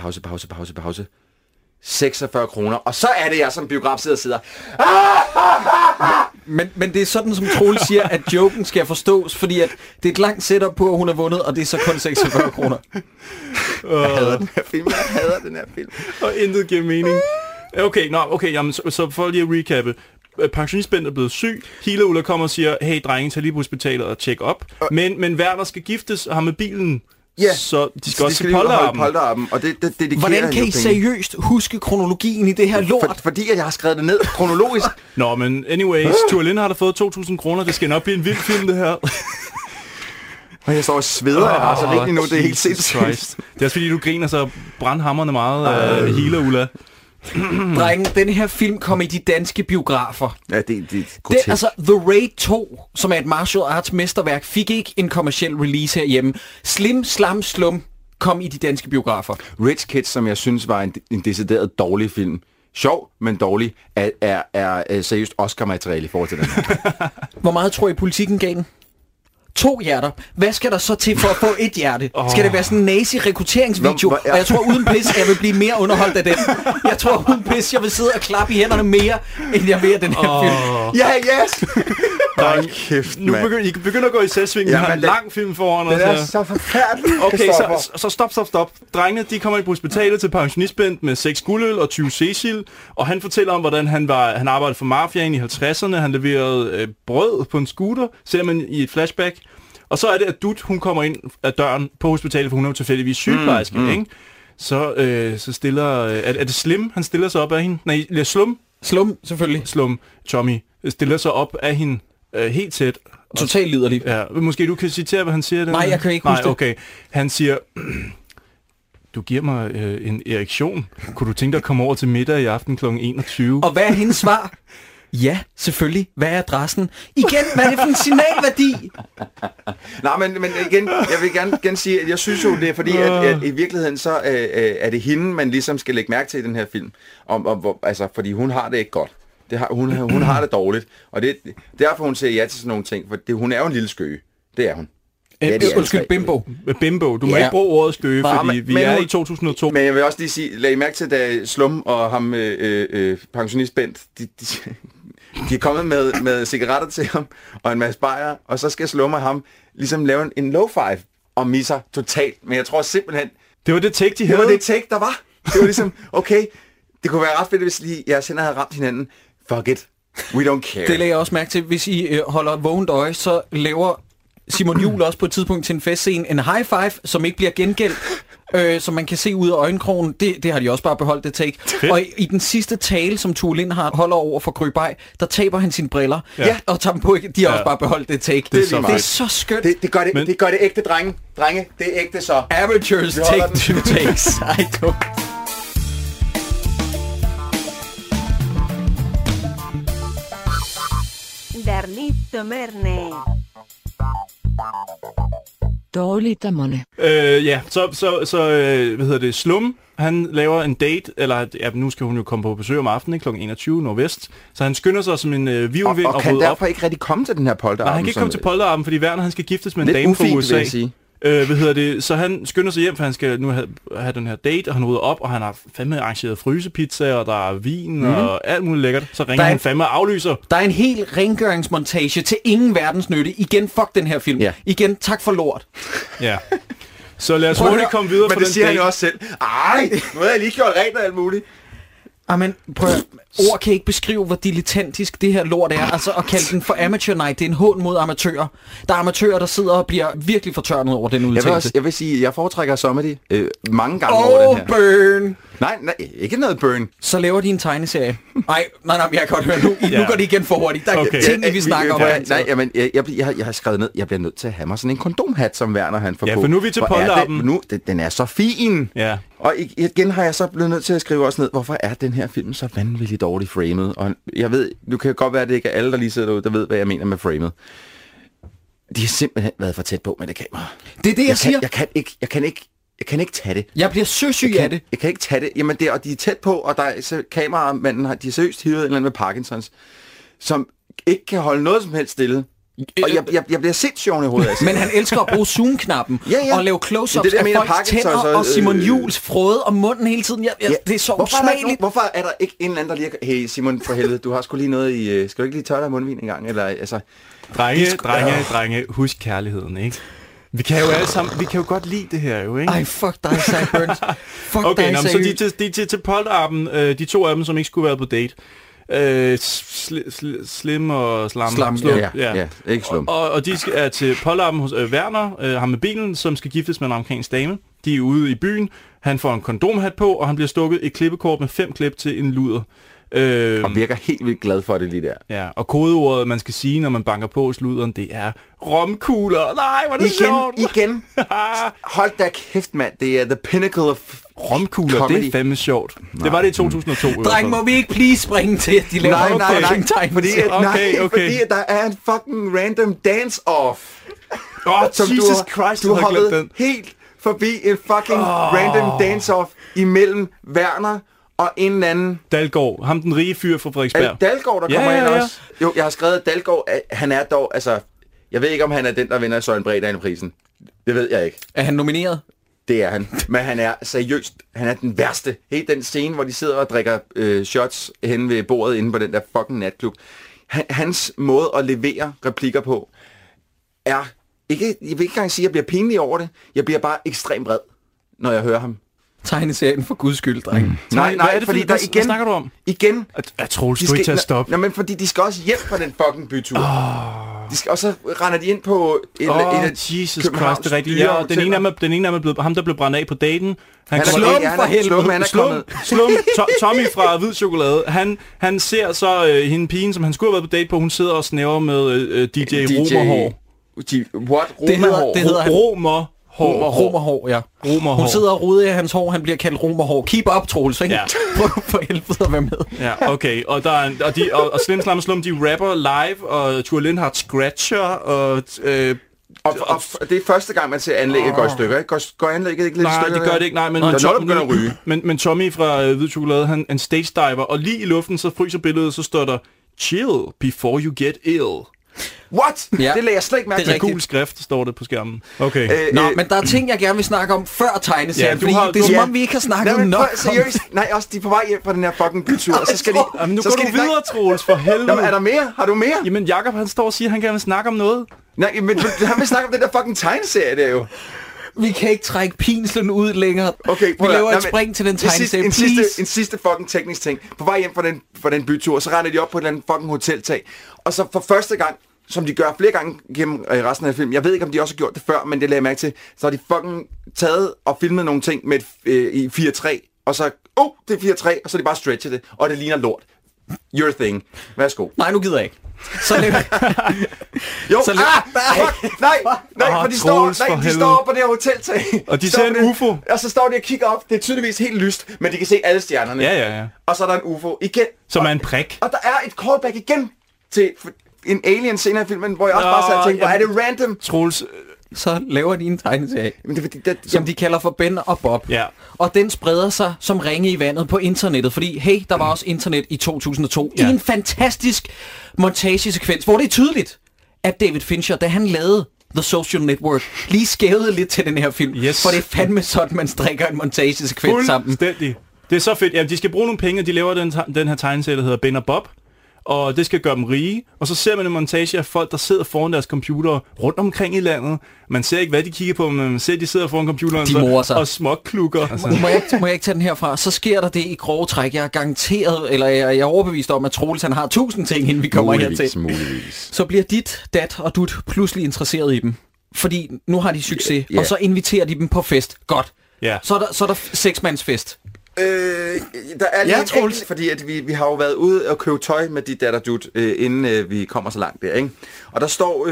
46 kroner. Og så er det, jeg som biograf sidder. Men det er sådan, som Troels siger, at joken skal forstås, fordi at det er et langt setup på, at hun har vundet, og det er så kun 46 kroner. Jeg hader den her film. Og intet giver mening. Okay, jamen, så for lige at recappe. Pensionist Bent er blevet syg. Healer Ulla kommer og siger, hey drenge, tag lige på hospitalet og tjek op. Men Werner skal giftes og har med bilen. Ja, så de skal også holde polterappen. Og det hvordan kan I seriøst huske kronologien i det her lort? Fordi jeg har skrevet det ned kronologisk. Nå, men anyways, Tua Lind har da fået 2.000 kroner. Det skal nok blive en vild film, det her. Og jeg står og sveder, jeg har så rigtig nu, det er helt sindssygt. Det er også fordi, du griner så brandhamrende meget af Healer Ulla. Drengen, den her film kom i de danske biografer. Ja, det er altså The Raid 2, som er et martial arts mesterværk, fik ikke en kommerciel release herhjemme. Slim Slam Slum kom i de danske biografer. Rich Kids, som jeg synes var en decideret dårlig film. Sjov, men dårlig, er seriøst Oscar-materiale i forhold til den her. Hvor meget tror I politikken gav den? 2 hjerter. Hvad skal der så til for at få 1 hjerte? Skal det være sådan en nazi-rekrutteringsvideo? Og jeg tror uden pis, jeg vil blive mere underholdt af den. Jeg tror uden pis, jeg vil sidde og klappe i hænderne mere, end jeg vil af den her film. Ja, yes! Kæft, I begynder at gå i selvsving. Vi har en lang film foran os. Det er så forfærdeligt. Okay, så stop. Drengene, de kommer ind på hospitalet til Pensionist Bent med 6 guldøl og 20 Cecil. Og han fortæller om, hvordan han arbejdede for mafiaen i 50'erne. Han leverede brød på en scooter, ser man i et flashback. Og så er det, at Dut, hun kommer ind ad døren på hospitalet, for hun er jo tilfældigvis sygeplejerske, ikke? Så stiller... Er det Slim, han stiller sig op af hende? Nej, Slum? Slum, selvfølgelig. Slum, Tommy, stiller sig op af hende helt tæt. Totalt liderlig. Ja, måske du kan citere, hvad han siger? Nej, jeg kan ikke huske det. Okay. Han siger... Du giver mig en erektion. Kunne du tænke dig at komme over til middag i aften kl. 21? Og hvad er hendes svar? Ja, selvfølgelig. Hvad er adressen? Igen, hvad er det for en signalværdi? Nej, men igen, jeg vil gerne sige, at jeg synes jo, det er fordi, at i virkeligheden så er det hende, man ligesom skal lægge mærke til i den her film. Altså, fordi hun har det ikke godt. Hun har det dårligt. Og det er derfor, hun siger ja til sådan nogle ting. For hun er jo en lille skøge. Det er hun. Undskyld, bimbo. Bimbo. Du må ikke bruge ordet skøge, fordi vi er i 2002. Men jeg vil også lige sige, lag I mærke til, da Slum og ham pensionist Bent, de er kommet med cigaretter til ham, og en masse bajer, og så skal Slum og ham ligesom lave en low five, og misser totalt. Men jeg tror simpelthen... Det var det take, de havde. Det var det take, der var. Det var ligesom, okay, det kunne være ret fedt, hvis lige jeres hænder havde ramt hinanden. Fuck it. We don't care. Det lægger jeg også mærke til. Hvis I holder vågent øje, så laver Simon Juhl også på et tidspunkt til en festscene en high five, som ikke bliver gengældt. som man kan se ud af øjenkrogen. Det har de også bare beholdt, det take. Fedt. Og i den sidste tale, som Tue Lindhardt holder over for Gry Bay, der taber han sine briller. Ja. Og tager dem på. De har også bare beholdt det take. Det er så skønt. Det gør det ægte, drenge. Drenge, det er ægte så. Amateurs take 2 takes. Ej, dumt. Darlito Merne. Dårligdommerne. Hvad hedder det? Slum, han laver en date, eller nu skal hun jo komme på besøg om aftenen, kl. 21 nordvest. Så han skynder sig som en virvelvind og kan derfor ikke rigtig komme til den her polterarben. Nej, han kan ikke komme til polterarben, fordi Werner han skal giftes med en dame fra USA. Så han skynder sig hjem, for han skal nu have den her date, og han rydder op, og han har fandme arrangeret frysepizza, og der er vin og alt muligt lækkert. Så ringer han fandme og aflyser. Der er en hel rengøringsmontage til ingen verdens nytte. Igen, fuck den her film. Ja. Igen, tak for lort. Ja. Så lad os hurtigt komme videre på den date. Men det siger han jo også selv. Ej, nu har jeg lige gjort rent og alt muligt. Amen, prøv at, ord kan ikke beskrive, hvor dilettantisk det her lort er. Altså at kalde den for amateur night, det er en hån mod amatører. Der er amatører, der sidder og bliver virkelig fortørnet over den udtalelse. Jeg vil sige, jeg foretrækker Somedy mange gange over den her. Burn! Nej, ikke noget burn. Så laver de en tegneserie. Nej, jeg kan godt høre nu. Nu går det igen for hurtigt. Der er ting, vi snakker om. Jeg har skrevet ned, jeg bliver nødt til at have mig sådan en kondomhat, som Werner han får på. Ja, for nu er vi til polterappen. Den er så fin. Ja. Og igen har jeg så blevet nødt til at skrive også ned, hvorfor er den her film så vanvittigt dårligt framed? Og jeg ved, nu kan det godt være, at det ikke er alle, der lige sidder derude, der ved, hvad jeg mener med framed. De har simpelthen været for tæt på med det kamera. Det er det, jeg siger. Jeg kan ikke tage det. Jeg bliver søsyg af det. Jeg kan ikke tage det. Jamen, og de er tæt på, og der er så kameramanden de har seriøst hivet en eller anden med Parkinsons, som ikke kan holde noget som helst stille. Og jeg bliver sindssygt i hovedet. Altså. Men han elsker at bruge zoom-knappen og lave close-ups af folks tænder og Simon Juhls frode om munden hele tiden. Det er så usmageligt. Hvorfor er der ikke en eller anden, der lige... Hey Simon, for helvede, du har sgu lige noget i... Skal du ikke lige tørre dig mundvin en gang? Eller, altså... Drenge, husk kærligheden, ikke? Vi kan jo alle sammen, vi kan jo godt lide det her jo, ikke? Ej, fuck dig, Sideburns. Okay, så de til polterappen, de to af dem, som ikke skulle være på date. Slim og Slam. Ja, ikke Slum. Og de er til polterappen hos Werner, ham med bilen, som skal giftes med en amerikansk dame. De er ude i byen. Han får en kondomhat på, og han bliver stukket et klippekort med 5 klip til en luder. Og virker helt vildt glad for det lige der. Ja, og kodeordet, man skal sige, når man banker på sluderen, det er romkugler. Nej, hvor er det sjovt. Igen. Hold da kæft, mand. Det er the pinnacle of romkugler. Comedy. Det er fandme sjovt. Nej. Det var det i 2002. Dreng, må vi ikke please springe til, at de laver nej. Fordi der er en fucking random dance-off. Jesus Christ, du har hoppet helt forbi en fucking random dance-off imellem Werner og en eller anden... Dalgaard. Ham den rige fyr fra Frederiksberg. Dalgaard, der kommer ind også. Jo, jeg har skrevet, at Dalgaard, han er dog... Altså, jeg ved ikke, om han er den, der vinder Søren Bredahl-prisen. Det ved jeg ikke. Er han nomineret? Det er han. Men han er seriøst... Han er den værste. Helt den scene, hvor de sidder og drikker shots hen ved bordet inde på den der fucking natklub. Hans måde at levere replikker på er... Jeg vil ikke engang sige, at jeg bliver pinlig over det. Jeg bliver bare ekstremt vred, når jeg hører ham. Tegneserien for guds skyld, dreng. Nej, fordi der igen... Hvad snakker du om? Igen... Jeg tror, du skal ikke til at stoppe. Nej, men fordi de skal også hjem på den fucking bytur. Og så render de ind på... Jesus Christ, det er rigtigt. Ja, den ene af dem er blevet... Ham, der blev brændt af på daten. Han Slum for helvede. Slum. Tommy fra Hvid Chokolade. Han ser så hende pigen, som han skulle have været på date på. Hun sidder og snæver med DJ Romerhår. What? Det hedder han. Romerhår, ja. Hun sidder og ruder i hans hår, han bliver kaldt Romerhår. Keep up, Troels, ikke? Ja. Prøv for helvede at være med. Ja, okay. Og Slim Slam Slum, de rapper live, og Tue Lindhardt scratcher, og det er første gang, man ser anlægget gå i stykker, ikke? Går anlægget ikke lidt i stykker? Nej, det gør det ikke, nej. Men Tommy fra Hvid Chokolade, han stage diver, og lige i luften, så fryser billedet, så står der, chill before you get ill. What? Ja. Det lagde jeg slet ikke mærke til. Det er gul skrift, står det på skærmen. Okay. Men der er ting, jeg gerne vil snakke om før tegneserien, fordi det er som om, vi ikke har snakket nok seriøst. Nej, også de er på vej hjem fra den her fucking bytur, og så skal de... Jamen, nu går du videre, Troels, for helvede. Jamen, er der mere? Har du mere? Jamen, Jakob, han står og siger, at han gerne vil snakke om noget. Nej, men han vil snakke om den der fucking tegneserie, der jo. Vi kan ikke trække pinslen ud længere. Okay, vi laver et spring til den tegneserie, en sidste fucking teknisk ting. På vej hjem fra den bytur, så render de op på et eller andet fucking hoteltag. Og så for første gang, som de gør flere gange gennem resten af filmen. Jeg ved ikke, om de også har gjort det før, men det lagde jeg mærke til. Så har de fucking taget og filmet nogle ting med i 4:3, og så, det er 4:3, og så er de bare stretchet det, og det ligner lort. Your thing. Værsgo. Nej, nu gider jeg ikke. Så lever jo, så nej, for de står på det her hoteltag. Og de ser en UFO. Og så står de og kigger op. Det er tydeligvis helt lyst, men de kan se alle stjernerne. Ja. Og så er der en UFO igen. Som er en prik. Og der er et callback igen til en alien senere i filmen, hvor jeg også bare sad og tænkte, hvor er det random. Troels, så laver de en tegneserie, som de kalder for Ben og Bob. Ja. Og den spreder sig som ringe i vandet på internettet, fordi hey, der var også internet i 2002. I en fantastisk montagesekvens, hvor det er tydeligt, at David Fincher, da han lavede The Social Network, lige skævede lidt til den her film. Yes. For det er fandme sådan, man strikker en montagesekvens sammen. Fuldstændig. Det er så fedt. Ja, de skal bruge nogle penge, og de laver den her tegneserie, der hedder Ben og Bob. Og det skal gøre dem rige. Og så ser man en montage af folk, der sidder foran deres computer rundt omkring i landet. Man ser ikke, hvad de kigger på, men man ser, at de sidder foran computeren og småklukker. Altså. Må jeg ikke tage den herfra? Så sker der det i grove træk. Jeg er garanteret, eller jeg er overbevist om, at Troels han har 1000 ting, inden vi kommer hertil. Muligvis. Så bliver dit, dat og dut pludselig interesseret i dem. Fordi nu har de succes, og så inviterer de dem på fest. Godt. Yeah. Så er der 6-mandsfest. Der er lige enkelt, fordi at vi har jo været ude og købe tøj med de datter dut, inden vi kommer så langt der, ikke? Og der står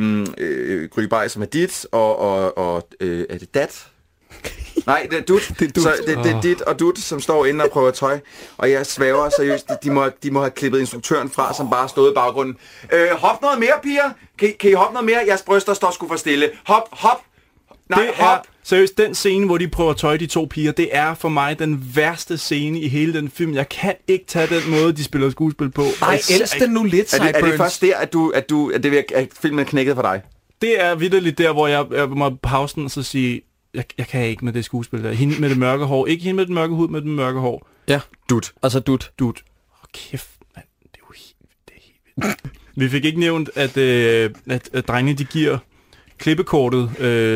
Grybej, som er dit, og er det dat? Nej, det er dut. Så det er dit og dut, som står inde og prøver tøj. Og jeg svæver seriøst, de må have klippet instruktøren fra, som bare stod i baggrunden. Hop noget mere, piger. Kan I hoppe noget mere? Jeres bryster står sgu for stille. Hop. Nej, hop. Seriøst, den scene, hvor de prøver at tøje de to piger, det er for mig den værste scene i hele den film. Jeg kan ikke tage den måde, de spiller skuespil på. Ej, elsk den nu lidt, Sideburns. Er det først der, at filmen er knækket for dig? Det er vitterligt der, hvor jeg må pause den og så sige, jeg kan ikke med det skuespil der. Hende med det mørke hår. Ikke hende med den mørke hud, med den mørke hår. Ja. Dut. Altså dut. Kæft, mand. Det er jo helt vildt. Vi fik ikke nævnt, at drengene, de giver klippekortet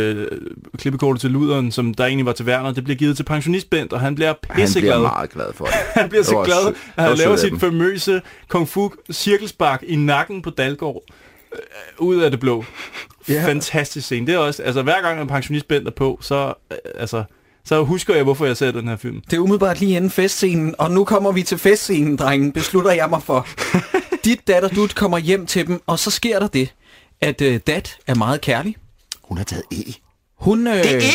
til luderen, som der egentlig var til Werner, det bliver givet til pensionist Bent, og han bliver pisseglad. Han bliver meget glad for det. Han bliver så glad, at han laver sit famøse kung fu cirkelspark i nakken på Dalgaard. Ud af det blå. Yeah. Fantastisk scene. Det er også, altså hver gang en pensionist Bent er på, så husker jeg, hvorfor jeg ser den her film. Det er umiddelbart lige inden festscenen, og nu kommer vi til festscenen, drengen, beslutter jeg mig for. Dit datter dut kommer hjem til dem, og så sker der det, at dat er meget kærlig. Hun har taget Hun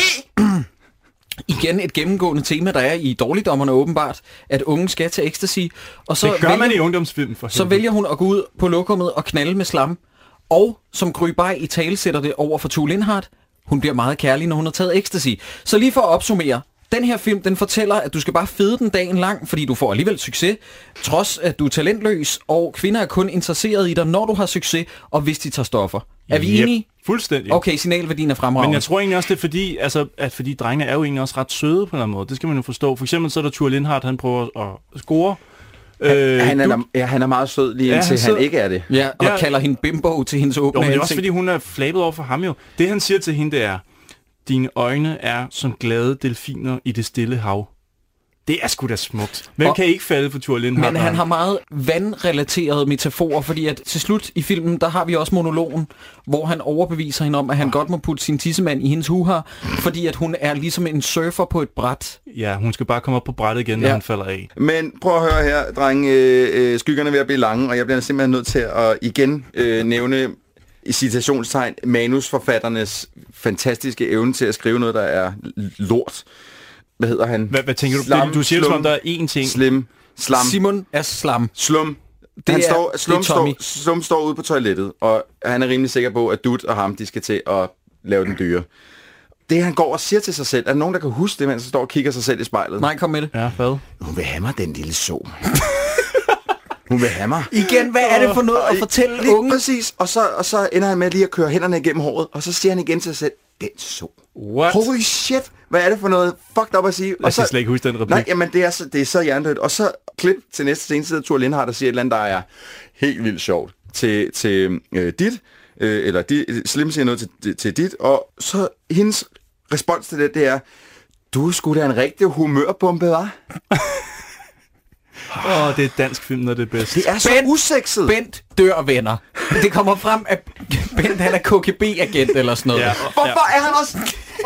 igen et gennemgående tema, der er i Dårligdommerne åbenbart, at unge skal til ecstasy. Og så det gør man i ungdomsfilm for så vælger hun at gå ud på lokummet og knalde med slam. Og som Grybej i tale sætter det over for Tue Lindhardt, hun bliver meget kærlig, når hun har taget ecstasy. Så lige for at opsummere, den her film, den fortæller, at du skal bare fede den dagen lang, fordi du får alligevel succes, trods at du er talentløs, og kvinder er kun interesseret i dig, når du har succes, og hvis de tager stoffer. Er vi enige? Fuldstændig. Okay, signalværdien er fremragende. Men jeg tror egentlig også, det er fordi, fordi drengene er jo egentlig også ret søde på en eller anden måde. Det skal man jo forstå. For eksempel så er der Tue Lindhardt, han prøver at score. Han er meget sød lige indtil han ikke er det. Ja, og kalder hende bimbo til hendes åbne ansigt. Men også fordi hun er flabet over for ham jo. Det han siger til hende, det er, dine øjne er som glade delfiner i det stille hav. Det er sgu da smukt. Hvem kan ikke falde for Tue Lindhardt? Men han har meget vandrelaterede metaforer, fordi at til slut i filmen, der har vi også monologen, hvor han overbeviser hende om, at han godt må putte sin tissemand i hendes huhar, fordi at hun er ligesom en surfer på et bræt. Ja, hun skal bare komme op på brættet igen, når han falder af. Men prøv at høre her, drenge. Skyggerne er ved at blive lange, og jeg bliver simpelthen nødt til at igen nævne i citationstegn manusforfatternes fantastiske evne til at skrive noget, der er lort. Hvad hedder han? Hvad tænker du? Slam, du siger, som der er én ting. Slam. Simon er Slam. Slum. Slum står ude på toilettet, og han er rimelig sikker på, at Dut og ham, de skal til at lave den dyre. Det han går og siger til sig selv, er der nogen, der kan huske det, mens han står og kigger sig selv i spejlet? Nej, kom med det. Ja, hvad? Hun vil have mig, den lille så. Hun vil have mig. Igen, hvad er det for noget at fortælle lige unge? Præcis, og så ender han med lige at køre hænderne igennem håret, og så siger han igen til sig selv, den så. What? Holy shit, hvad er det for noget fucked up at sige? Jeg skal slet ikke huske den replik. Nej, jamen det er så hjernedødt. Og så klip til næste scene, sidder Tue Lindhardt og siger et eller andet, der er helt vildt sjovt til dit, eller Slim siger noget til dit, og så hendes respons til det er, du er sgu da en rigtig humørbombe, hva'? Det er dansk film, når det er bedst. Det er så usekset. Bent dør, venner. Det kommer frem, at Bent han er KGB-agent eller sådan noget. Ja. Hvorfor er han også...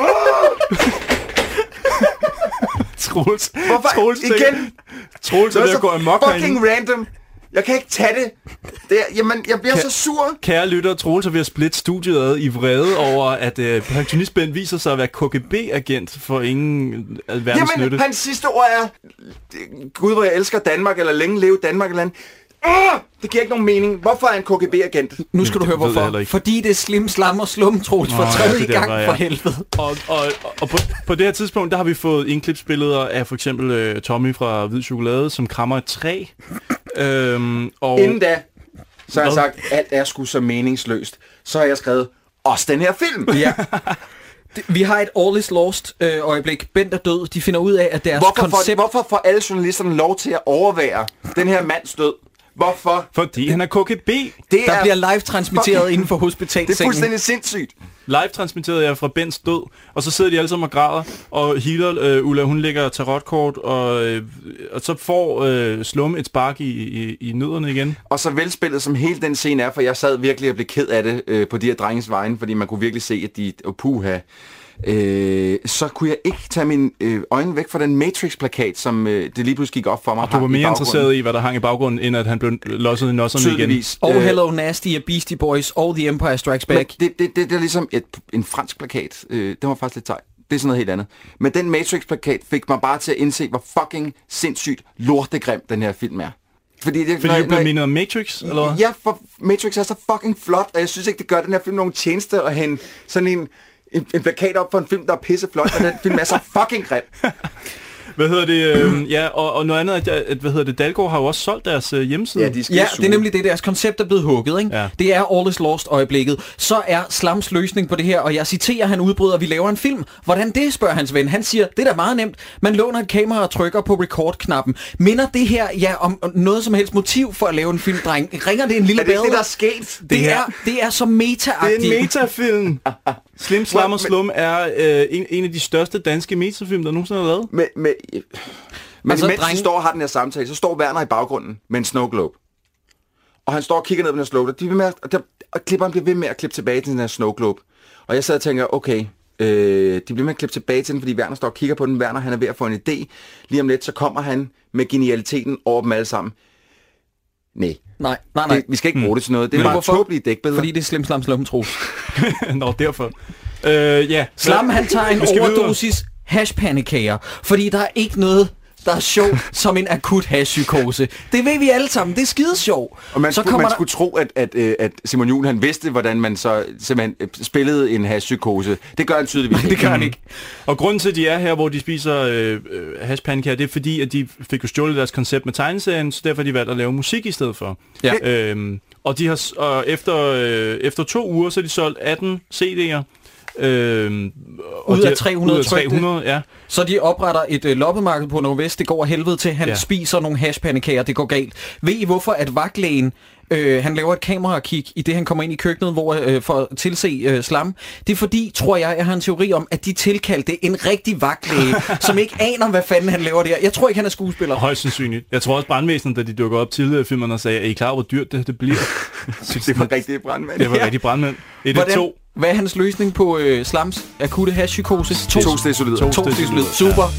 Troels. Hvorfor? Igen. Troels er ved at gå amok herinde. Fucking random. Jeg kan ikke tage det. Jamen, jeg bliver så sur. Kære lytter, Troels er ved at splitte studiet ad i vrede over, at pensionist Bent viser sig at være KGB-agent for ingen alverdens nytte. Jamen, hans sidste ord er... Gud, hvor jeg elsker Danmark, eller længe leve Danmark, eller andet. Det giver ikke nogen mening. Hvorfor er en KGB-agent? Nu skal du høre, hvorfor. Fordi det er Slim, Slam og Slum, Troels, for tredje gang for helvede. Og på det her tidspunkt, der har vi fået indklipsbilleder af for eksempel Tommy fra Hvid Chokolade, som krammer et træ. Og inden da, så har jeg sagt, alt er sgu så meningsløst. Så har jeg skrevet, også den her film. Ja. Vi har et All is Lost øjeblik. Bent er død. De finder ud af, at deres koncept... Hvorfor får alle journalisterne lov til at overvære den her mands død? Hvorfor? Fordi han er KGB. Der bliver live-transmitteret inden for hospitalsengen. Det er fuldstændig sindssygt. Live-transmitteret er fra Bents død, og så sidder de alle sammen og græder, og healer, Ulla, hun lægger tarotkort, og så får Slum et spark i nødderne igen. Og så velspillet som hele den scene er, for jeg sad virkelig og blev ked af det på de her drenges vegne, fordi man kunne virkelig se, at de... så kunne jeg ikke tage mine øjne væk fra den Matrix-plakat, som det lige pludselig gik op for mig. Og du var mere interesseret i, hvad der hang i baggrunden, end at han blev losset i nosserne igen. Og Hello Nasty af Beastie Boys og The Empire Strikes Back. Det er ligesom en fransk plakat. Det var faktisk lidt sejt. Det er sådan noget helt andet. Men den Matrix-plakat fik mig bare til at indse, hvor fucking sindssygt lortegrim den her film er. Fordi du blev mindet om Matrix, eller hvad? Ja, for Matrix er så fucking flot, og jeg synes ikke, det gør den her film nogen tjeneste at hente sådan en plakat op for en film, der er pisseflot, og den film er så fucking grim. Hvad hedder det? Og noget andet, at Dalgaard har jo også solgt deres hjemmeside. Ja, det er nemlig det, deres koncept er blevet hugget, ikke? Ja. Det er All is Lost øjeblikket. Så er Slams løsning på det her, og jeg citerer, han udbryder, vi laver en film. Hvordan det, spørger hans ven. Han siger, det er da meget nemt. Man låner et kamera og trykker på record-knappen. Minder det her, om noget som helst motiv for at lave en film, dreng? Ringer det en lille bæder? Er det der er sket? Det er så meta-agtigt. Det er en metafilm. Slim, Slam og Slum er en af de største danske metafilm, der nogensinde har lavet. Men altså, mens de står og har den her samtale, så står Werner i baggrunden med en snow globe. Og han står og kigger ned på den her snow globe. Og klipperen bliver ved med at klippe tilbage til den her snow globe. Og jeg sad og tænker, okay, de bliver med at klippe tilbage til den, fordi Werner står og kigger på den. Werner, han er ved at få en idé. Lige om lidt, så kommer han med genialiteten over dem alle sammen. Nej. Vi skal ikke bruge det til noget. Det er bare tåbelige dækbilleder. Fordi det er Slim, Slam, Slum, Troels. Nå, derfor. Slam, han tager en overdosis hashpandekager, fordi der er ikke noget, der er sjovt som en akut hashpsykose. Det ved vi alle sammen. Det er skide sjovt. Og man skulle tro, at Simon Juhl, han vidste, hvordan man så simpelthen spillede en hashpsykose. Det gør han tydeligvis ikke. Det gør han ikke. Og grunden til, at de er her, hvor de spiser hashpandekager, det er fordi, at de fik jo stjålet deres koncept med tegneserien, så derfor har de valgt at lave musik i stedet for. Ja. Og de har efter 2 uger, så har de solgt 18 CD'er. Ud af 300, ja. Så de opretter et loppemarked på Nordvest. Det går af helvede til. Han spiser nogle hashpandekager. Det går galt. Ved I hvorfor, at vagtlægen han laver et kamerakig i det, han kommer ind i køkkenet for at tilse Slam? Det er fordi, tror jeg har en teori om, at de tilkaldte en rigtig vagtlæge, som ikke aner, hvad fanden han laver der. Jeg tror ikke, han er skuespiller. Højst sandsynligt. Jeg tror også brandvæsenet, da de dukker op tidligere i filmen og sagde, er I klar, hvor dyrt det bliver? Det var rigtig brandmænd. Det var rigtig brandmænd. Hvad er hans løsning på Slams akutte hashpsykose? 2 stesolid. Super.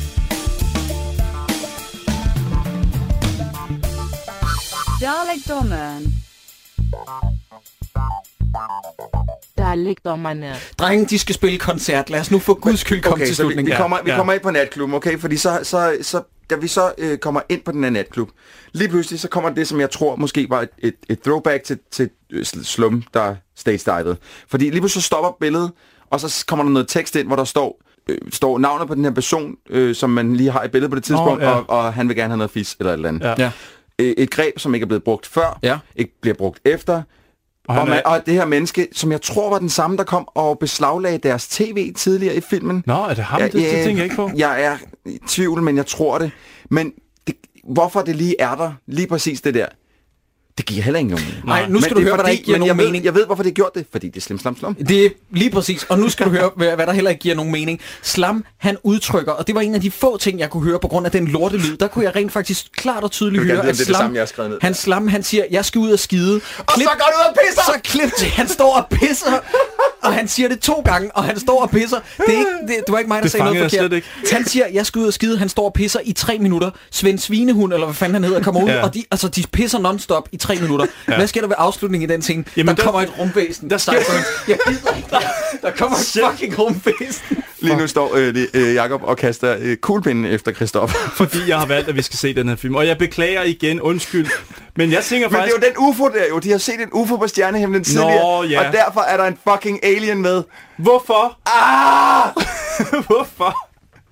Dalekdommerne. Drenge, de skal spille koncert. Lad os nu for guds skyld komme til slutningen. Vi kommer ind på natklubben, okay? Fordi da vi så kommer ind på den her natklub, lige pludselig så kommer det, som jeg tror måske var et throwback til Slum, der stage-divede. Fordi lige pludselig så stopper billedet, og så kommer der noget tekst ind, hvor der står navnet på den her person, som man lige har i billedet på det tidspunkt, og han vil gerne have noget fis eller et eller andet. Ja. Et greb, som ikke er blevet brugt før, ikke bliver brugt efter. Og det her menneske, som jeg tror var den samme, der kom og beslaglagde deres tv tidligere i filmen. Nå, er det ham? Det tænker jeg ikke på. Jeg er i tvivl, men jeg tror det. Men hvorfor det lige er der, lige præcis det der, Det giver heller ingen mening. Nej, nu skal du høre, hvad der ikke giver nogen mening. Jeg ved, hvorfor det gjort det. Fordi det er Slim Slam Slum. Det er lige præcis. Og nu skal du høre, hvad der heller ikke giver nogen mening. Slam, han udtrykker, og det var en af de få ting, jeg kunne høre på grund af den lortelyd. Der kunne jeg rent faktisk klart og tydeligt høre, at Slam, han siger, jeg skal ud og skide. Og så går du ud og pisser! Så klip til, han står og pisser. Og han siger det 2 gange, og han står og pisser. Det var ikke mig, der sagde noget forkert. Han siger, jeg skal ud og skide. Han står og pisser i 3 minutter. Svend Svinehund, eller hvad fanden han hedder, kommer ud, og de pisser non-stop i 3 minutter. Hvad sker der ved afslutningen i den scene? Jamen, der kommer et rumvæsen. Der kommer et fucking rumvæsen. Lige nu står Jakob og kaster kuglepinden efter Christoph. Fordi jeg har valgt, at vi skal se den her film. Og jeg beklager igen, undskyld. Men jeg tænker faktisk... Men det er jo den UFO der jo. De har set en UFO på stjernehimlen tidligere. Ja. Og derfor er der en fucking alien med. Hvorfor? Hvorfor?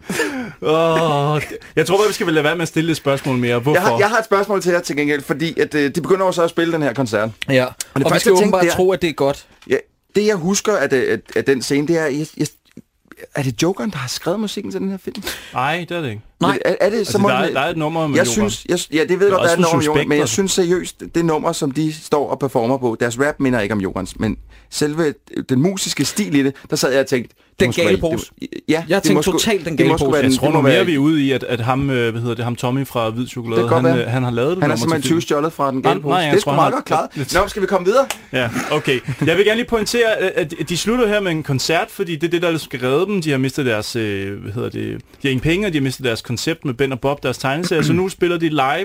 Jeg tror bare, vi skal lade være med at stille et spørgsmål mere. Hvorfor? Jeg har et spørgsmål til jer til gengæld, fordi at, de begynder også at spille den her koncert. Ja, og vi skal åbenbart tro, at det er godt. Ja, det jeg husker af den scene, det er... Er det Jokeren, der har skrevet musikken til den her film? Nej, det er det ikke. Nej. Er det, altså, der er et nummer med Jokeren. Ja, det ved jeg godt, der er et nummer med Jokeren, men jeg synes seriøst, det nummer, som de står og performer på, deres rap minder ikke om Jokerens, men selve den musiske stil i det, der sad jeg og tænkte... Den gale pose. Ja, jeg tænkte totalt den gale pose. Jeg tror nu mere, vi er ude i, at ham Tommy fra Hvid Chokolade, han har lavet det. Han er simpelthen 20 stjålet fra den gale pose. Det er sgu meget godt klaret. Nå, skal vi komme videre? Ja, okay. Jeg vil gerne lige pointere, at de slutter her med en koncert, fordi det er det, der skal redde dem. De har mistet deres, de har ingen penge, og de har mistet deres koncept med Ben og Bob, deres tegneserie. Så nu spiller de live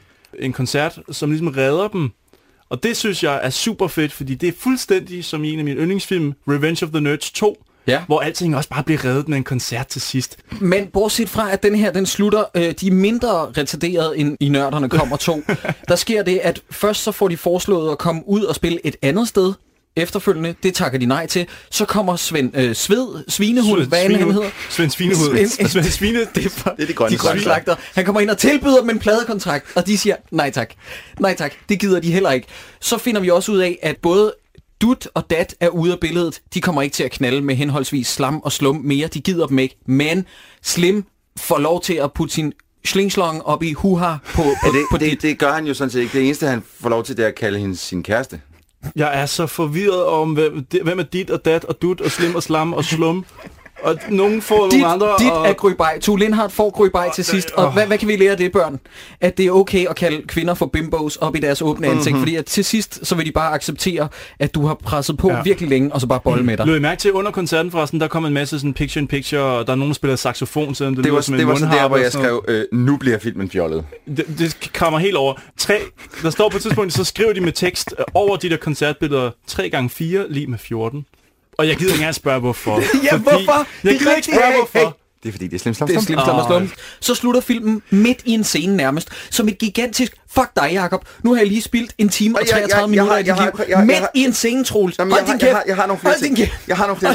en koncert, som ligesom redder dem. Og det synes jeg er super fedt, fordi det er fuldstændig som i en af mine yndlingsfilm, Revenge of the Nerds 2. Ja. Hvor alting også bare bliver reddet med en koncert til sidst. Men bortset fra, at den her, den slutter, de er mindre retarderede end i Nørderne kommer 2. Der sker det, at først så får de foreslået at komme ud og spille et andet sted. Efterfølgende, det takker de nej til. Så kommer Svend Svinehund, hvad han hedder? Svend Svinehund. Svend Svine, det er de grønne slagter. Han kommer ind og tilbyder dem en pladekontrakt, og de siger nej tak. Nej tak, det gider de heller ikke. Så finder vi også ud af, at både Dut og Dat er ude af billedet. De kommer ikke til at knalde med henholdsvis Slam og Slum mere. De gider dem ikke. Men Slim får lov til at putte sin slingslong op i huha på det gør han jo sådan set ikke. Det eneste, han får lov til, det er at kalde hende sin kæreste. Jeg er så forvirret om, hvem er Dit og Dat og Dut og Slim og Slam og Slum. Og nogen får nogle andre... Dit er Grybej. Tue Lindhardt får Grybej til sidst. Og hvad kan vi lære af det, børn? At det er okay at kalde kvinder for bimbos op i deres åbne ansigt. Fordi at til sidst, så vil de bare acceptere, at du har presset på virkelig længe, og så bare bolle med dig. Lød I mærke til, under koncerten forresten, der kom en masse sådan picture-in-picture, og der er nogen, der spiller saxofon, selvom det var sådan der, hvor jeg skrev, nu bliver filmen fjollet. Det kommer helt over. Der står på et tidspunkt, så skriver de med tekst over de der koncertbilleder 3x4 lige med 14. Og jeg gider ikke engang spørge, hvorfor. Ja, hvorfor? Jeg gider ikke spørge, hvorfor. Det er fordi, det er Slim Slam Slum. Så slutter filmen midt i en scene nærmest, som et gigantisk... Fuck dig, Jacob. Nu har jeg lige spildt 1 time og 33 minutter af dit liv. Midt i en scene, Troels. Hold din kæft. Jeg har nogle flere ting. Jeg har nogle flere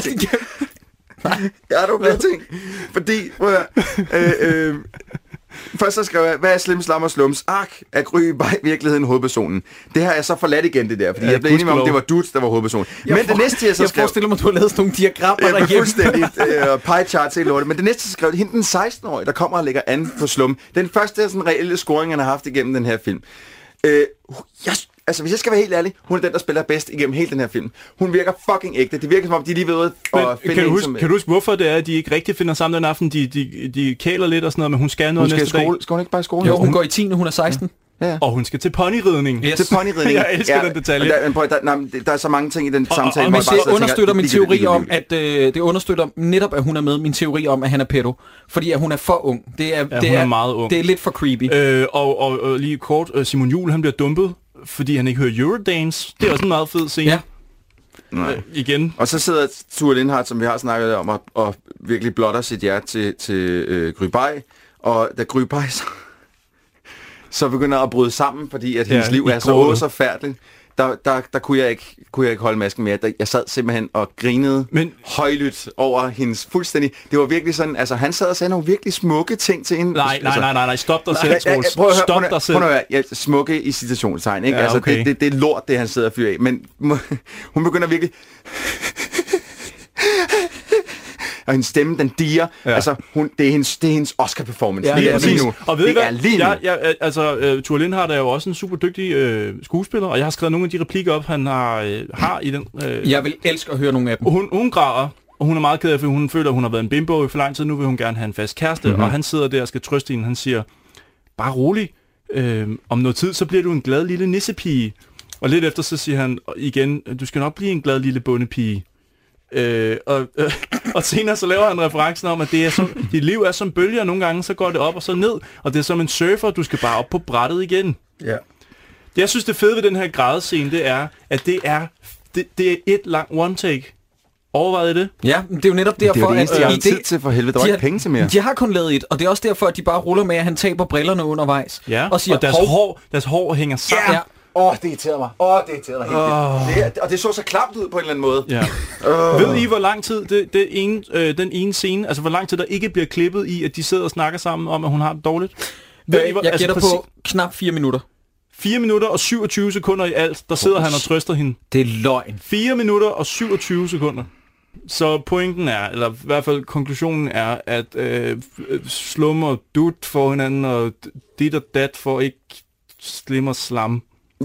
ting. Fordi... Først så skrev jeg, hvad er Slim Slam og Slums? Er Grybej i virkeligheden hovedpersonen? Det har jeg så forladt igen, det der, fordi jeg blev enig med, om det var Dut, der var hovedpersonen. Men det næste, jeg så skrev... Jeg forestiller mig, du har lavet sådan nogle diagrammer derhjemme. Fuldstændig pie charts helt lortet. Men det næste, jeg skrev, hende den 16-årige, der kommer og lægger an på Slum. Den første sådan reelle scoring, han har haft igennem den her film. Altså, hvis jeg skal være helt ærlig, hun er den, der spiller bedst igennem hele den her film. Hun virker fucking ægte. Det virker som om, de lige ved at finde kan du huske, hvorfor det er, at de ikke rigtig finder sammen den aften? De kæler lidt og sådan noget, men hun skal noget næste dag. Skal hun ikke bare i skole? Jo, hun går i 10. Hun er 16. Ja. Og hun skal til ponyridning. Yes. Til ponyridning. Jeg elsker den detalje. Der er så mange ting i den samtale. Men det understøtter min teori om, at det understøtter netop, at hun er med. Min teori om, at han er pedo. Fordi at hun er for ung. Hun er meget ung. Det er lidt for creepy. Og lige kort, Simon Juhl, han bliver dumpet, fordi han ikke hører Eurodance. Det er også en meget fed scene. Ja. Igen. Og så sidder Tue Lindhardt, som vi har snakket om, og virkelig blotter sit hjerte til Grybej. Og da Grybej så begynder at bryde sammen, fordi at hendes liv er så færdeligt. Der kunne jeg ikke holde masken mere. Jeg sad simpelthen og grinede højlydt over hendes fuldstændig... Det var virkelig sådan... Altså, han sad og sagde nogle virkelig smukke ting til hende. Nej. Stop dig selv, Troels. Stop dig selv. Prøv at høre. Smukke i citationstegn, ikke? Ja, okay. Altså, det er lort, det han sidder og fyrer af. Men hun begynder virkelig... og hendes stemme, den diger. Ja. Altså, det er hendes Oscar-performance. Ja, lige nu. Og ved I hvad? Thure Lindhardt er jo også en super dygtig skuespiller, og jeg har skrevet nogle af de replikker op, han har i den. Jeg vil elske at høre nogle af dem. Hun græder, og hun er meget ked af, for hun føler, at hun har været en bimbo i for lang tid. Nu vil hun gerne have en fast kæreste, og han sidder der og skal trøste hende. Han siger, bare rolig. Om noget tid, så bliver du en glad lille nissepige. Og lidt efter, så siger han igen, du skal nok blive en glad lille bondepige. Og senere så laver han referencen om, at det er som, dit liv er som bølger, nogle gange så går det op og så ned, og det er som en surfer, du skal bare op på brættet igen. Ja. Det, jeg synes, det fede ved den her grædescene, det er, at det er et lang one take. Overvejede I det? Ja, det er jo netop derfor, det er det eneste, jeg har tid til for helvede. Der var ikke penge til mere. De har kun lavet et, og det er også derfor, at de bare ruller med, at han taber brillerne undervejs. Ja, og siger, og deres hår hænger sammen. Ja. Det irriterer mig. Det irriterer mig helt. Og det så klamt ud på en eller anden måde. Ja. Ved I, hvor lang tid den ene scene, altså hvor lang tid der ikke bliver klippet i, at de sidder og snakker sammen om, at hun har det dårligt? Jeg gætter på knap 4 minutter. 4 minutter og 27 sekunder i alt, der sidder han og trøster hende. Det er løgn. 4 minutter og 27 sekunder. Så pointen er, eller i hvert fald konklusionen er, at Slum og Dut får hinanden, og dit og dat får ikke Slim og Slam.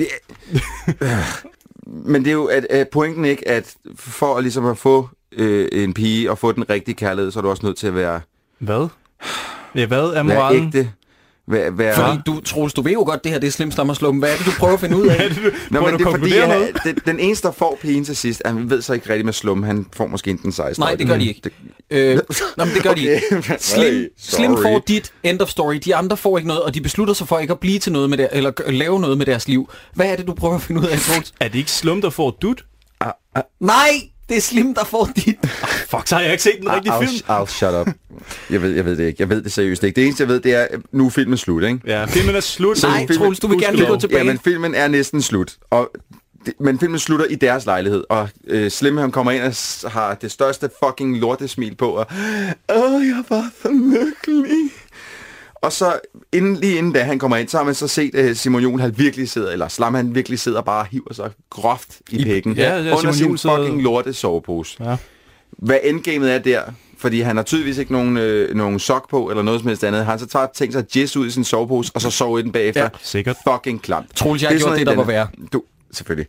Men det er jo, at pointen ikke, at for ligesom at få en pige og få den rigtige kærlighed, så er du også nødt til at være... Hvad? Ja, hvad er moralen? Være ægte. Fordi Troels, du ved jo godt, det her det er Slim, Slam og Slum. Hvad er det, du prøver at finde ud af? Nå, men det er fordi, den eneste, der får pigen til sidst, vi ved så ikke rigtigt med Slum, han får måske enten 16. Nej, det gør de ikke. Nå, men det gør de ikke. Slim får dit end of story. De andre får ikke noget, og de beslutter sig for ikke at blive til noget med det, eller lave noget med deres liv. Hvad er det, du prøver at finde ud af, Troels? Er det ikke Slum, der får Dut? Nej! Det er Slim, der får dit. Fuck, så har jeg ikke set den rigtige film. I'll shut up. Jeg ved det ikke. Jeg ved det seriøst ikke. Det eneste, jeg ved, det er, nu er filmen slut, ikke? Ja, filmen er slut. Nej, Troels, du vil gerne lige gå tilbage. Ja, men filmen er næsten slut. Men filmen slutter i deres lejlighed, og Slim, han kommer ind og har det største fucking lortesmil på, og jeg var så lykkelig. Og så lige inden da han kommer ind, så har man så set Simon Juhl, han virkelig sidder, eller Slam, han virkelig sidder bare og hiver sig groft i pækken under sin fucking lorte sovepose. Ja. Hvad endgamet er der, fordi han har tydeligvis ikke nogen sok på, eller noget som helst andet. Han så tænkt sig at jizz ud i sin sovepose, og så sove i den bagefter. Ja, sikkert. Fucking klamt. Troels, jeg har gjort det, der var værre. Selvfølgelig.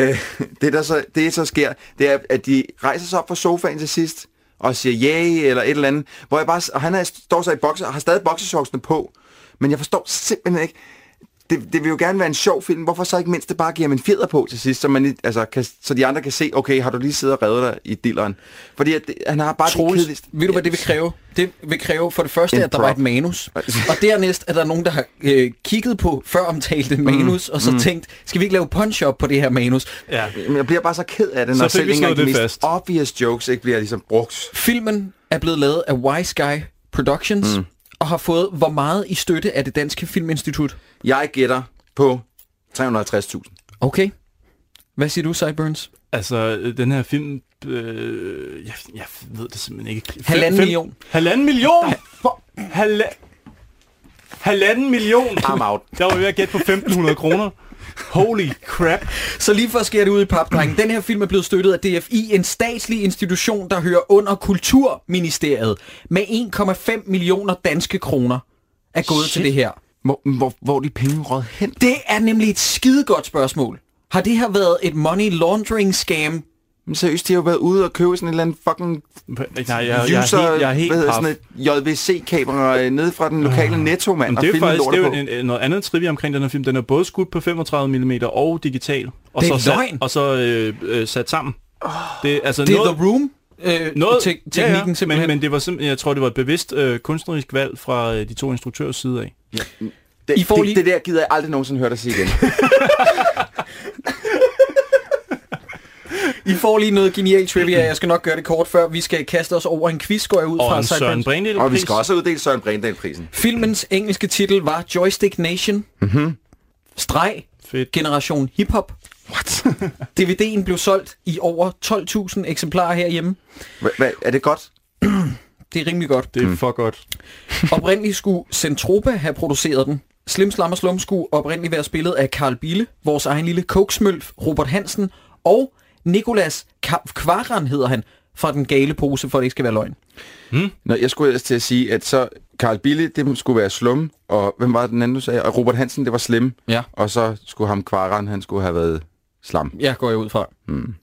Det så sker, det er, at de rejser sig op fra sofaen til sidst, og siger yay, eller et eller andet, hvor jeg bare, og han står så i bokser, og har stadig boxershortsene på, men jeg forstår simpelthen ikke, det vil jo gerne være en sjov film, hvorfor så ikke mindst det bare giver en fjeder på til sidst, så de andre kan se, okay, har du lige siddet og reddet dig i dilleren? Fordi han har bare det kedeligst. Ved du, hvad det vil kræve? Det vil kræve for det første, at der var et manus, og dernæst, at der er nogen, der har kigget på før omtalte manus, og så tænkt, skal vi ikke lave punch-up på det her manus? Ja. Men jeg bliver bare så ked af det, når selv ikke engang de mest obvious jokes ikke bliver ligesom brugt. Filmen er blevet lavet af Wise Guy Productions, og har fået hvor meget i støtte af det Danske Filminstitut? Jeg gætter på 350.000. Okay. Hvad siger du, Sideburns? Altså, den her film... jeg ved det simpelthen ikke. 1,5 million. 1,5 million? 1,5 million? I'm out. Der var ved at gætte på 1.500 kroner. Holy crap. Så lige for at skære det ud i pap, drenge. Den her film er blevet støttet af DFI, en statslig institution, der hører under Kulturministeriet, med 1,5 millioner danske kroner er gået til det her. Hvor de penge råd hen? Det er nemlig et skidegodt spørgsmål. Har det her været et money laundering scam? Men seriøst, de har jo været ude og købe sådan en eller anden fucking jeg er helt sådan et JVC-kamera nede fra den lokale Netto, mand. Det er faktisk noget andet trivia omkring den her film. Den er både skudt på 35 mm og digital. Og det er så løgn. Og så sat sammen. Det er The Room. Teknikken simpelthen. Men det var simpelthen, jeg tror, det var et bevidst kunstnerisk valg fra de to instruktørers side af. Ja. Det der gider jeg aldrig nogensinde høre dig sige igen. I får lige noget genial trivia. Jeg skal nok gøre det kort, før vi skal kaste os over en quiz, går jeg ud fra. Søren Brindahl-pris. Og vi skal også uddele Søren Brindahl-prisen. Filmens engelske titel var Joystick Nation. Generation Hip-Hop. What? DVD'en blev solgt i over 12.000 eksemplarer herhjemme. Er det godt? Det er rimelig godt. Det er for godt. Oprindeligt skulle Zentropa have produceret den. Slim, Slam og Slum skulle oprindeligt være spillet af Carl Bille, vores egen lille koksmølf, Robert Hansen, og Nicolas Kvaran hedder han, fra Den Gale Pose, for det ikke skal være løgn. Nå, jeg skulle ellers til at sige, at så Carl Billy, det skulle være Slum, og hvem var den anden, du sagde? Og Robert Hansen, det var Slim. Ja. Og så skulle ham Kvaran, han skulle have været Slam. Ja, går jeg ud fra.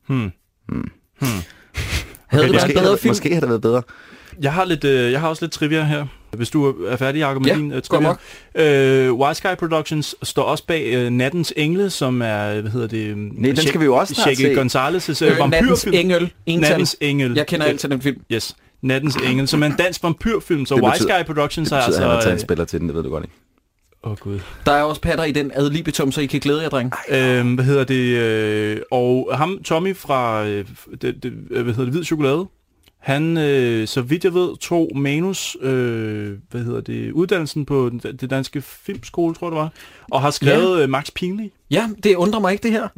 Havde det været en bedre film? Måske havde det været bedre. Jeg har også lidt trivia her. Hvis du er færdig, Jacob, med din trivia. Wild Sky Productions står også bag Nattens Engle, som er, Nej, den skal vi jo også snart se. González' vampyrfilm. Nattens Engel. Jeg kender altid den film. Yes. Nattens Engel, som er en dansk vampyrfilm. Så Wild Sky Productions har altså... Det betyder, at han har taget en spiller til den, det ved du godt ikke. Gud. Der er også patter i den ad libitum, så I kan glæde jer, dreng. Og ham, Tommy fra Hvid Chokolade, han, så vidt jeg ved, tog manus, uddannelsen på det danske filmskole, tror jeg det var, og har skrevet Max Pinlig. Ja, det undrer mig ikke, det her.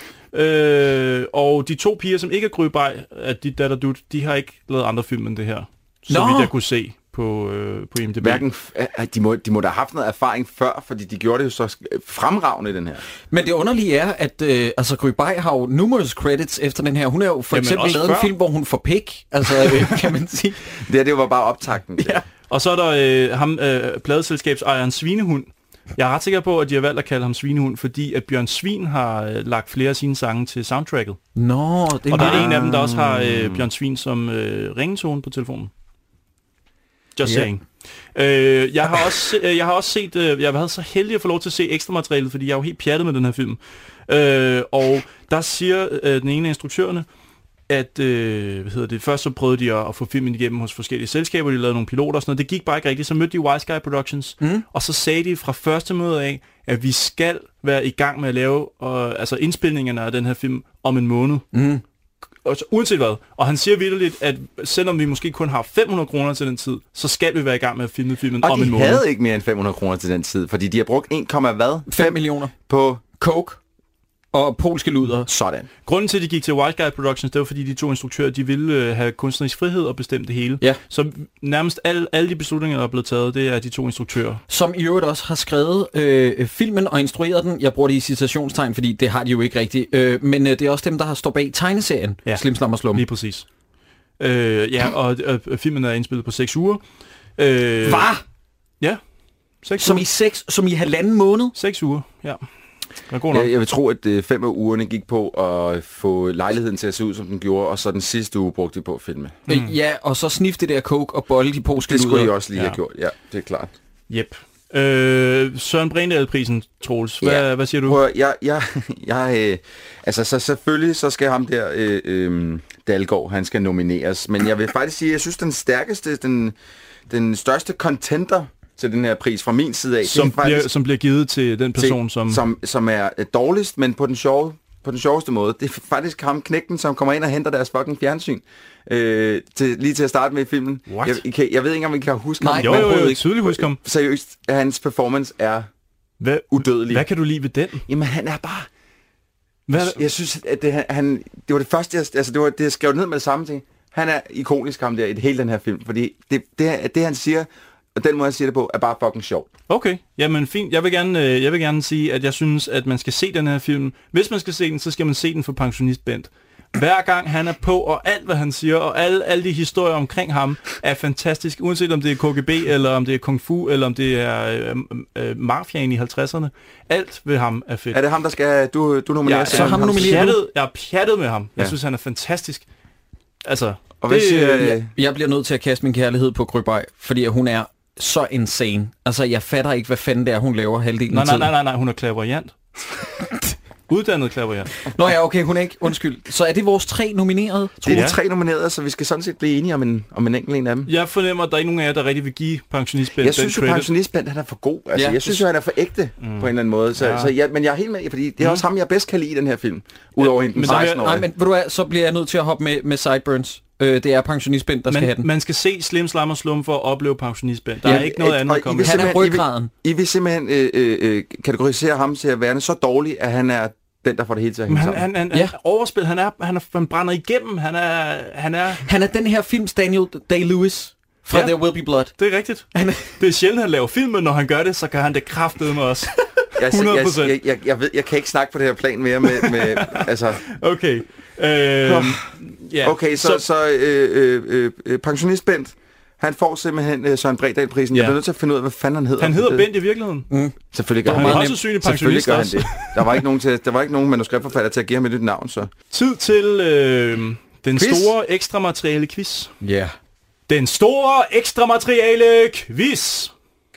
Og de 2 piger, som ikke er Gry Bay, at de datter Dut, de har ikke lavet andre film end det her, så vidt jeg kunne se på IMDb. Hverken, de må da have haft noget erfaring før, fordi de gjorde det jo så fremragende i den her. Men det underlige er, at Gry Bay har jo numerous credits efter den her. Hun har jo for eksempel lavet en film, hvor hun får pik, kan man sige. Det var bare optakten. Ja. Og så er der pladeselskabsejeren Svinehund. Jeg er ret sikker på, at de har valgt at kalde ham Svinehund, fordi at Bjørn Svin har lagt flere af sine sange til soundtracket. Og der er en af dem, der også har Bjørn Svin som ringetone på telefonen. Just saying. Jeg har også set, jeg har været så heldig at få lov til at se ekstra materialet, fordi jeg er jo helt pjattet med den her film. Og der siger den ene af instruktørerne, at først så prøvede de at få filmen igennem hos forskellige selskaber, de lavede nogle piloter og sådan noget. Det gik bare ikke rigtigt. Så mødte de Wild Sky Productions, og så sagde de fra første møde af, at vi skal være i gang med at lave indspilningerne af den her film om en måned. Uanset hvad. Og han siger vitterligt, at selvom vi måske kun har 500 kroner til den tid, så skal vi være i gang med at filme filmen om en måned. Og de havde ikke mere end 500 kroner til den tid, fordi de har brugt 1,5 millioner på coke og polske luder. Sådan. Grunden til, at de gik til Wild Sky Productions, det var fordi de 2 instruktører, de ville have kunstnerisk frihed og bestemme det hele. Ja. Så nærmest alle de beslutninger, der er blevet taget, det er de 2 instruktører. Som i øvrigt også har skrevet filmen og instrueret den. Jeg bruger det i citationstegn, fordi det har de jo ikke rigtigt. Men det er også dem, der har stået bag tegneserien. Ja. Slim, Slam og Slum. Lige præcis. Og filmen er indspillet på 6 uger. Hvad? Ja. 6 uger. Som i 1,5 måned? 6 uger, ja. Jeg vil tro, at 5 af ugerne gik på at få lejligheden til at se ud, som den gjorde, og så den sidste uge brugte de på at filme. Ja, og så snifte det der coke og bolle de polske luder. Det skulle de også lige have gjort, ja, det er klart. Yep. Søren Brindahl-prisen, Troels. Hvad siger du? Prøv, så selvfølgelig så skal ham der Dalgaard, han skal nomineres, men jeg vil faktisk sige, at jeg synes den stærkeste, den største contender til den her pris fra min side af, som bliver givet til den person, som er dårligst, men på den sjoveste måde. Det er faktisk ham knægten, som kommer ind og henter deres fucking fjernsyn. Lige til at starte med i filmen. Jeg ved ikke, om I kan huske ham. Jo, jeg tydeligt huske ham. Seriøst, hans performance er udødelig. Hvad kan du lide ved den? Jamen, han er bare... Jeg synes, at det var det første, jeg skrev ned med det samme ting. Han er ikonisk, ham der, i hele den her film. Fordi det han siger... Og den måde, jeg siger det på, er bare fucking sjovt. Okay, jamen fint. Jeg vil gerne sige, at jeg synes, at man skal se den her film. Hvis man skal se den, så skal man se den for pensionist Bent. Hver gang han er på, og alt hvad han siger, og alle de historier omkring ham, er fantastisk. Uanset om det er KGB, eller om det er Kung Fu, eller om det er mafiaen i 50'erne. Alt ved ham er fedt. Er det ham, der skal... Du nominerer sig? Jeg er pjattet med ham. Jeg synes, han er fantastisk. Altså... Og jeg bliver nødt til at kaste min kærlighed på Gry Bay, fordi hun er så insane. Altså, jeg fatter ikke, hvad fanden det er, hun laver halvdelen af tiden. Nej, hun er clairvoyant. Uddannet clairvoyant. Nå ja, okay, hun er ikke. Undskyld. Så er det vores 3 nominerede? Det er de 3 nominerede, så vi skal sådan set blive enige om en enkelt en af dem. Jeg fornemmer, at der er ikke nogen af jer, der rigtig vil give pensionist Bent. Jeg synes jo, pensionist Bent, han er for god. Altså, jeg synes jo, han er for ægte på en eller anden måde. Men jeg er helt med, fordi det er også ham, jeg bedst kan lide i den her film. Udover hende den 16-årige. Nej, men ved du hvad, så bliver jeg nødt til at hoppe med Sideburns. Det er pensionist Bent, der skal have den. Man skal se Slim, Slam og Slum for at opleve pensionist Bent. Der er ikke noget andet at komme. Han er ryggraden. I vil simpelthen kategorisere ham til at være så dårlig, at han er den, der får det hele til at hænge sammen. Han er overspillet. Han brænder igennem. Han er den her films Daniel Day-Lewis fra There Will Be Blood. Det er rigtigt. Det er sjældent, han laver film, men når han gør det, så gør han det kraftedeme også. 100%. Jeg kan ikke snakke på det her plan mere med altså... Okay. Ja, Okay, så pensionist Bent, han får simpelthen Søren Bredal-prisen. Jeg bliver nødt til at finde ud af, hvad fanden han hedder. Han hedder Bent i virkeligheden. Selvfølgelig gør han det. Også synlig pensionist også. Det. Der var ikke nogen manuskriptforfatter til at give ham et nyt navn, så. Tid til den store ekstra materiale quiz. Ja. Yeah. Den store ekstra materiale quiz.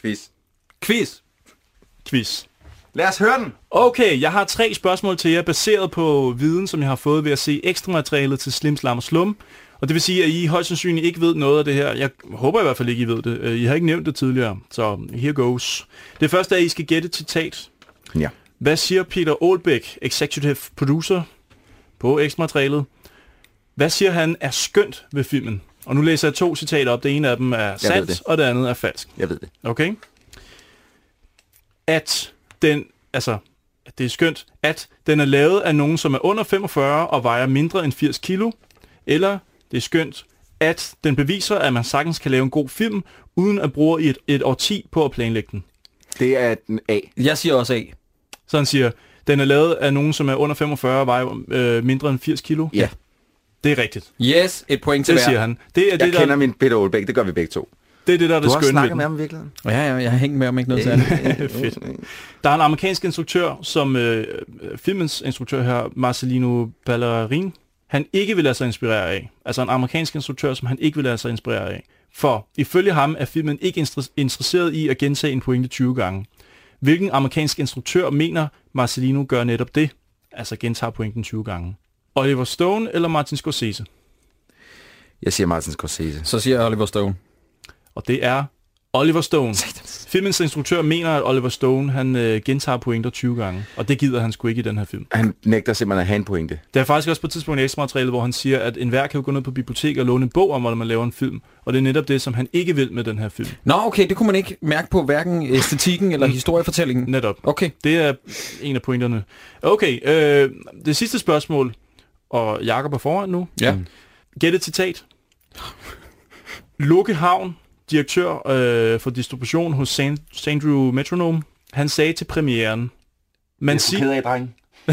Quiz. Lad os høre den. Okay, jeg har 3 spørgsmål til jer, baseret på viden, som jeg har fået ved at se ekstra materialet til Slim Slam og Slum. Og det vil sige, at I højst sandsynligt ikke ved noget af det her. Jeg håber i hvert fald ikke, I ved det. I har ikke nævnt det tidligere, så here goes. Det første er, at I skal gætte et citat. Ja. Hvad siger Peter Aalbæk, executive producer på ekstra materialet? Hvad siger han er skønt ved filmen? Og nu læser jeg 2 citater op. Det ene af dem er sandt, og det andet er falsk. Jeg ved det. Okay? At det er skønt, at den er lavet af nogen, som er under 45 og vejer mindre end 80 kilo. Eller det er skønt, at den beviser, at man sagtens kan lave en god film, uden at bruge et årti på at planlægge den. Det er den A. Jeg siger også A. Så han siger, den er lavet af nogen, som er under 45 og vejer mindre end 80 kilo. Ja. Det er rigtigt. Yes, et point til hver. Det siger han. Det er jeg kender min Peter Aalbæk, det gør vi begge to. Det er det, der er det skønne ved den. Du har snakket med ham i virkeligheden? Ja, jeg har hængt med om ikke noget særligt. Fedt. Der er en amerikansk instruktør, som filmens instruktør her, Marcelino Ballerin, han ikke vil lade sig inspirere af. Altså en amerikansk instruktør, som han ikke vil lade sig inspirere af. For ifølge ham er filmen ikke interesseret i at gentage en pointe 20 gange. Hvilken amerikansk instruktør mener Marcelino gør netop det? Altså gentager pointen 20 gange. Oliver Stone eller Martin Scorsese? Jeg siger Martin Scorsese. Så siger jeg Oliver Stone. Og det er Oliver Stone. Filmens instruktør mener, at Oliver Stone han gentager pointer 20 gange. Og det gider han sgu ikke i den her film. Han nægter simpelthen at have en pointe. Der er faktisk også på et tidspunkt i ekstra materialet, hvor han siger, at enhver kan jo gå ned på bibliotek og låne en bog om, hvordan man laver en film. Og det er netop det, som han ikke vil med den her film. Nå, okay, det kunne man ikke mærke på hverken æstetikken eller historiefortællingen. Netop. Okay. Det er en af pointerne. Okay, det sidste spørgsmål. Og Jakob er foran nu. Ja. Gæt et citat. Loke Havn, direktør for distribution hos Sandrew Metronome, han sagde til premieren... Man siger... Jeg er ked af, dreng.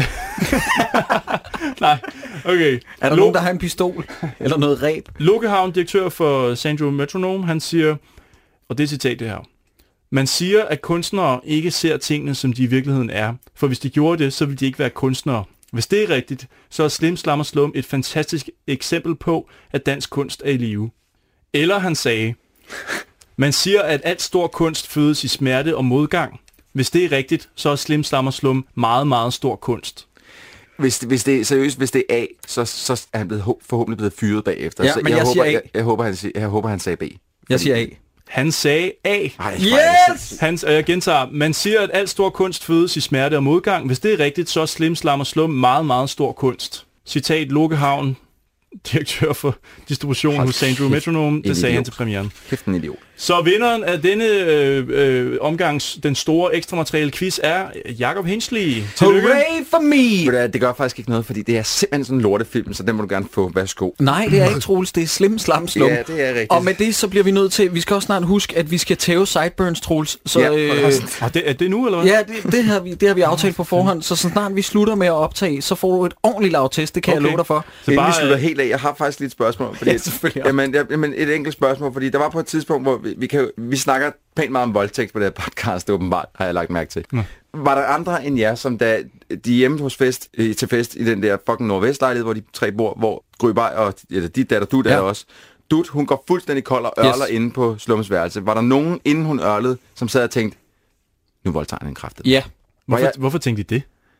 Nej, okay. Er der nogen, der har en pistol? Eller noget ræb? Loke Havn, direktør for Sandrew Metronome, han siger... Og det er citat det her. Man siger, at kunstnere ikke ser tingene, som de i virkeligheden er. For hvis de gjorde det, så ville de ikke være kunstnere. Hvis det er rigtigt, så er Slim Slam og Slum et fantastisk eksempel på, at dansk kunst er i live. Eller han sagde, man siger, at alt stor kunst fødes i smerte og modgang. Hvis det er rigtigt, så er Slim Slam og Slum meget, meget stor kunst. Hvis det er A, så er han forhåbentlig blevet fyret bagefter. Ja, så men jeg håber, han sagde B. Jeg siger A. Han sagde A. Yes! Jeg gentager, man siger, at alt stor kunst fødes i smerte og modgang. Hvis det er rigtigt, så er Slim Slam og Slum meget, meget stor kunst. Citat Loke Havn, direktør for distribution hos Sandrew Metronome, det sagde han til premieren. Kæft en idiot. Så vinderen af denne omgangs, den store ekstra materiale quiz, er Jakob Hinsley. Tillykke. Hooray for me! Det gør faktisk ikke noget, fordi det er simpelthen sådan en lortefilm, så den må du gerne få. Værsgo. Nej, det er ikke Troels, det er Slim Slam Slum. Ja, det er rigtigt. Og med det, så bliver vi nødt til, vi skal også snart huske, at vi skal tæve Sideburns, Troels. Så, er det nu, eller hvad? Ja, det har vi aftalt på forhånd, så snart vi slutter med at optage, så får du et ordentligt lavtest, det kan jeg love dig for. Inden vi slutter helt af, jeg har faktisk lidt spørgsmål. Fordi, jamen, et enkelt spørgsmål, fordi der var på et tidspunkt, hvor vi snakker pænt meget om voldtægt på det her podcast, åbenbart, har jeg lagt mærke til. Ja. Var der andre end jer, som da de hjemme hos til fest i den der fucking nordvestlejlighed, hvor de 3 bor, hvor Grybej og dit datter, du der også. Dut, hun går fuldstændig kold og ørler inde på Slums værelse. Var der nogen, inden hun ørlede, som sad og tænkte, nu voldtager han en kraftet? Ja. Hvorfor tænkte de det?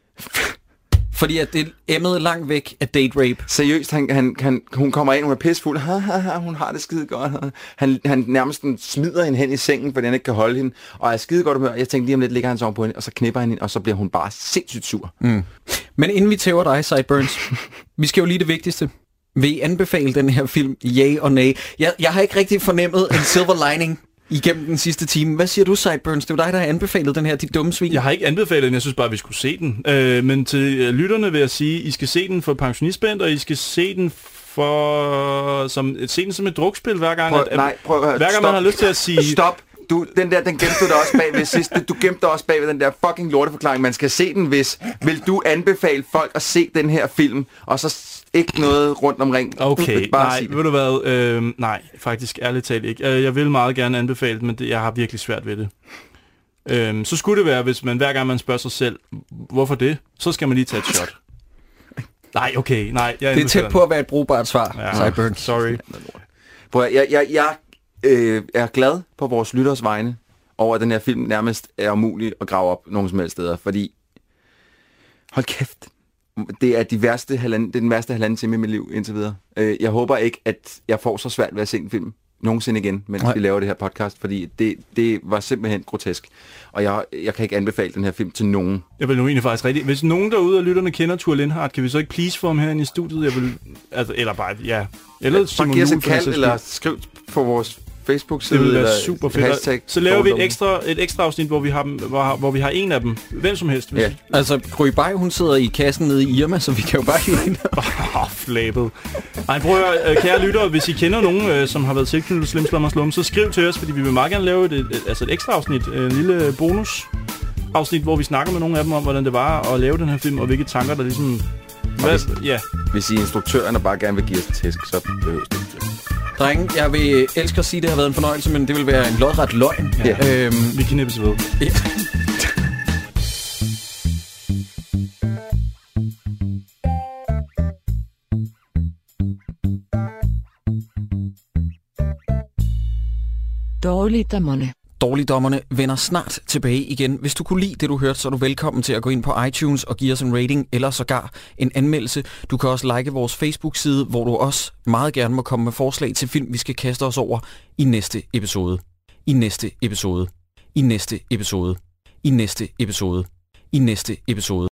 Fordi at det emmede langt væk af date rape. Seriøst, hun kommer ind, hun er pissefuld. Hun har det skide godt. Han nærmest smider hende hen i sengen, fordi han ikke kan holde hende. Og er skide godt humør. Jeg tænkte lige om lidt ligger han så på hende, og så knipper han hende, og så bliver hun bare sindssygt sur. Mm. Men inden vi tæver dig, Sideburns, vi skal jo lige det vigtigste. Vil I anbefale den her film, ja og nej? Jeg har ikke rigtig fornemmet en silver lining igennem den sidste time. Hvad siger du, Sideburns? Det er jo dig, der har anbefalet den her, dit dumme svin. Jeg har ikke anbefalet den, jeg synes bare, vi skulle se den. Men til lytterne vil jeg sige, I skal se den for pensionistband, og I skal se den som et drukspil hver gang. Hver gang man har lyst til at sige... Stop. den gemte du da også bagved sidst. Du gemte dig også bagved den der fucking lorteforklaring. Man skal se den, hvis... Vil du anbefale folk at se den her film, og så ikke noget rundt omkring? Okay, nej, ved du hvad? Nej, faktisk ærligt talt ikke. Jeg vil meget gerne anbefale det, men jeg har virkelig svært ved det. Så skulle det være, hvis man hver gang man spørger sig selv, hvorfor det? Så skal man lige tage et shot. Nej, okay, nej. Det er tæt på at være et brugbart svar, ja, Cyburn. Sorry. Jeg er glad på vores lytters vegne over, at den her film nærmest er umulig at grave op nogen som helst steder, fordi hold kæft, det er den værste halvanden time i mit liv indtil videre. Jeg håber ikke, at jeg får så svært ved at se en film nogensinde igen, mens vi laver det her podcast, fordi det var simpelthen grotesk. Og jeg kan ikke anbefale den her film til nogen. Jeg vil nu egentlig faktisk rigtigt. Hvis nogen derude af lytterne kender Thure Lindhardt, kan vi så ikke please få ham herinde i studiet? Jeg vil, altså, eller bare, ja. Eller Simon Juhl, et kald, eller skriv på vores Facebook-side. Det vil være super fedt. Så laver vi et ekstra afsnit, hvor vi har en af dem. Hvem som helst. Ja. Altså, Gry Bay, hun sidder i kassen nede i Irma, så vi kan jo bare hive hende. Flabet. Ej, prøv at høre, kære lyttere, hvis I kender nogen, som har været tilknyttet Slim Slum og Slum, så skriv til os, fordi vi vil meget gerne lave et ekstra afsnit, en lille bonus afsnit, hvor vi snakker med nogle af dem om, hvordan det var at lave den her film, og hvilke tanker, der ligesom... Hvis I instruktørerne bare gerne vil give os tæsk, så behøves det ikke. Drenge, jeg vil elske at sige, at det har været en fornøjelse, men det vil være en lodret løgn. Ja. Vi knippes ved. Ja. Dårligdommerne. Dårligdommerne vender snart tilbage igen. Hvis du kunne lide det, du hørte, så er du velkommen til at gå ind på iTunes og give os en rating eller sågar en anmeldelse. Du kan også like vores Facebook-side, hvor du også meget gerne må komme med forslag til film, vi skal kaste os over i næste episode. I næste episode. I næste episode. I næste episode. I næste episode.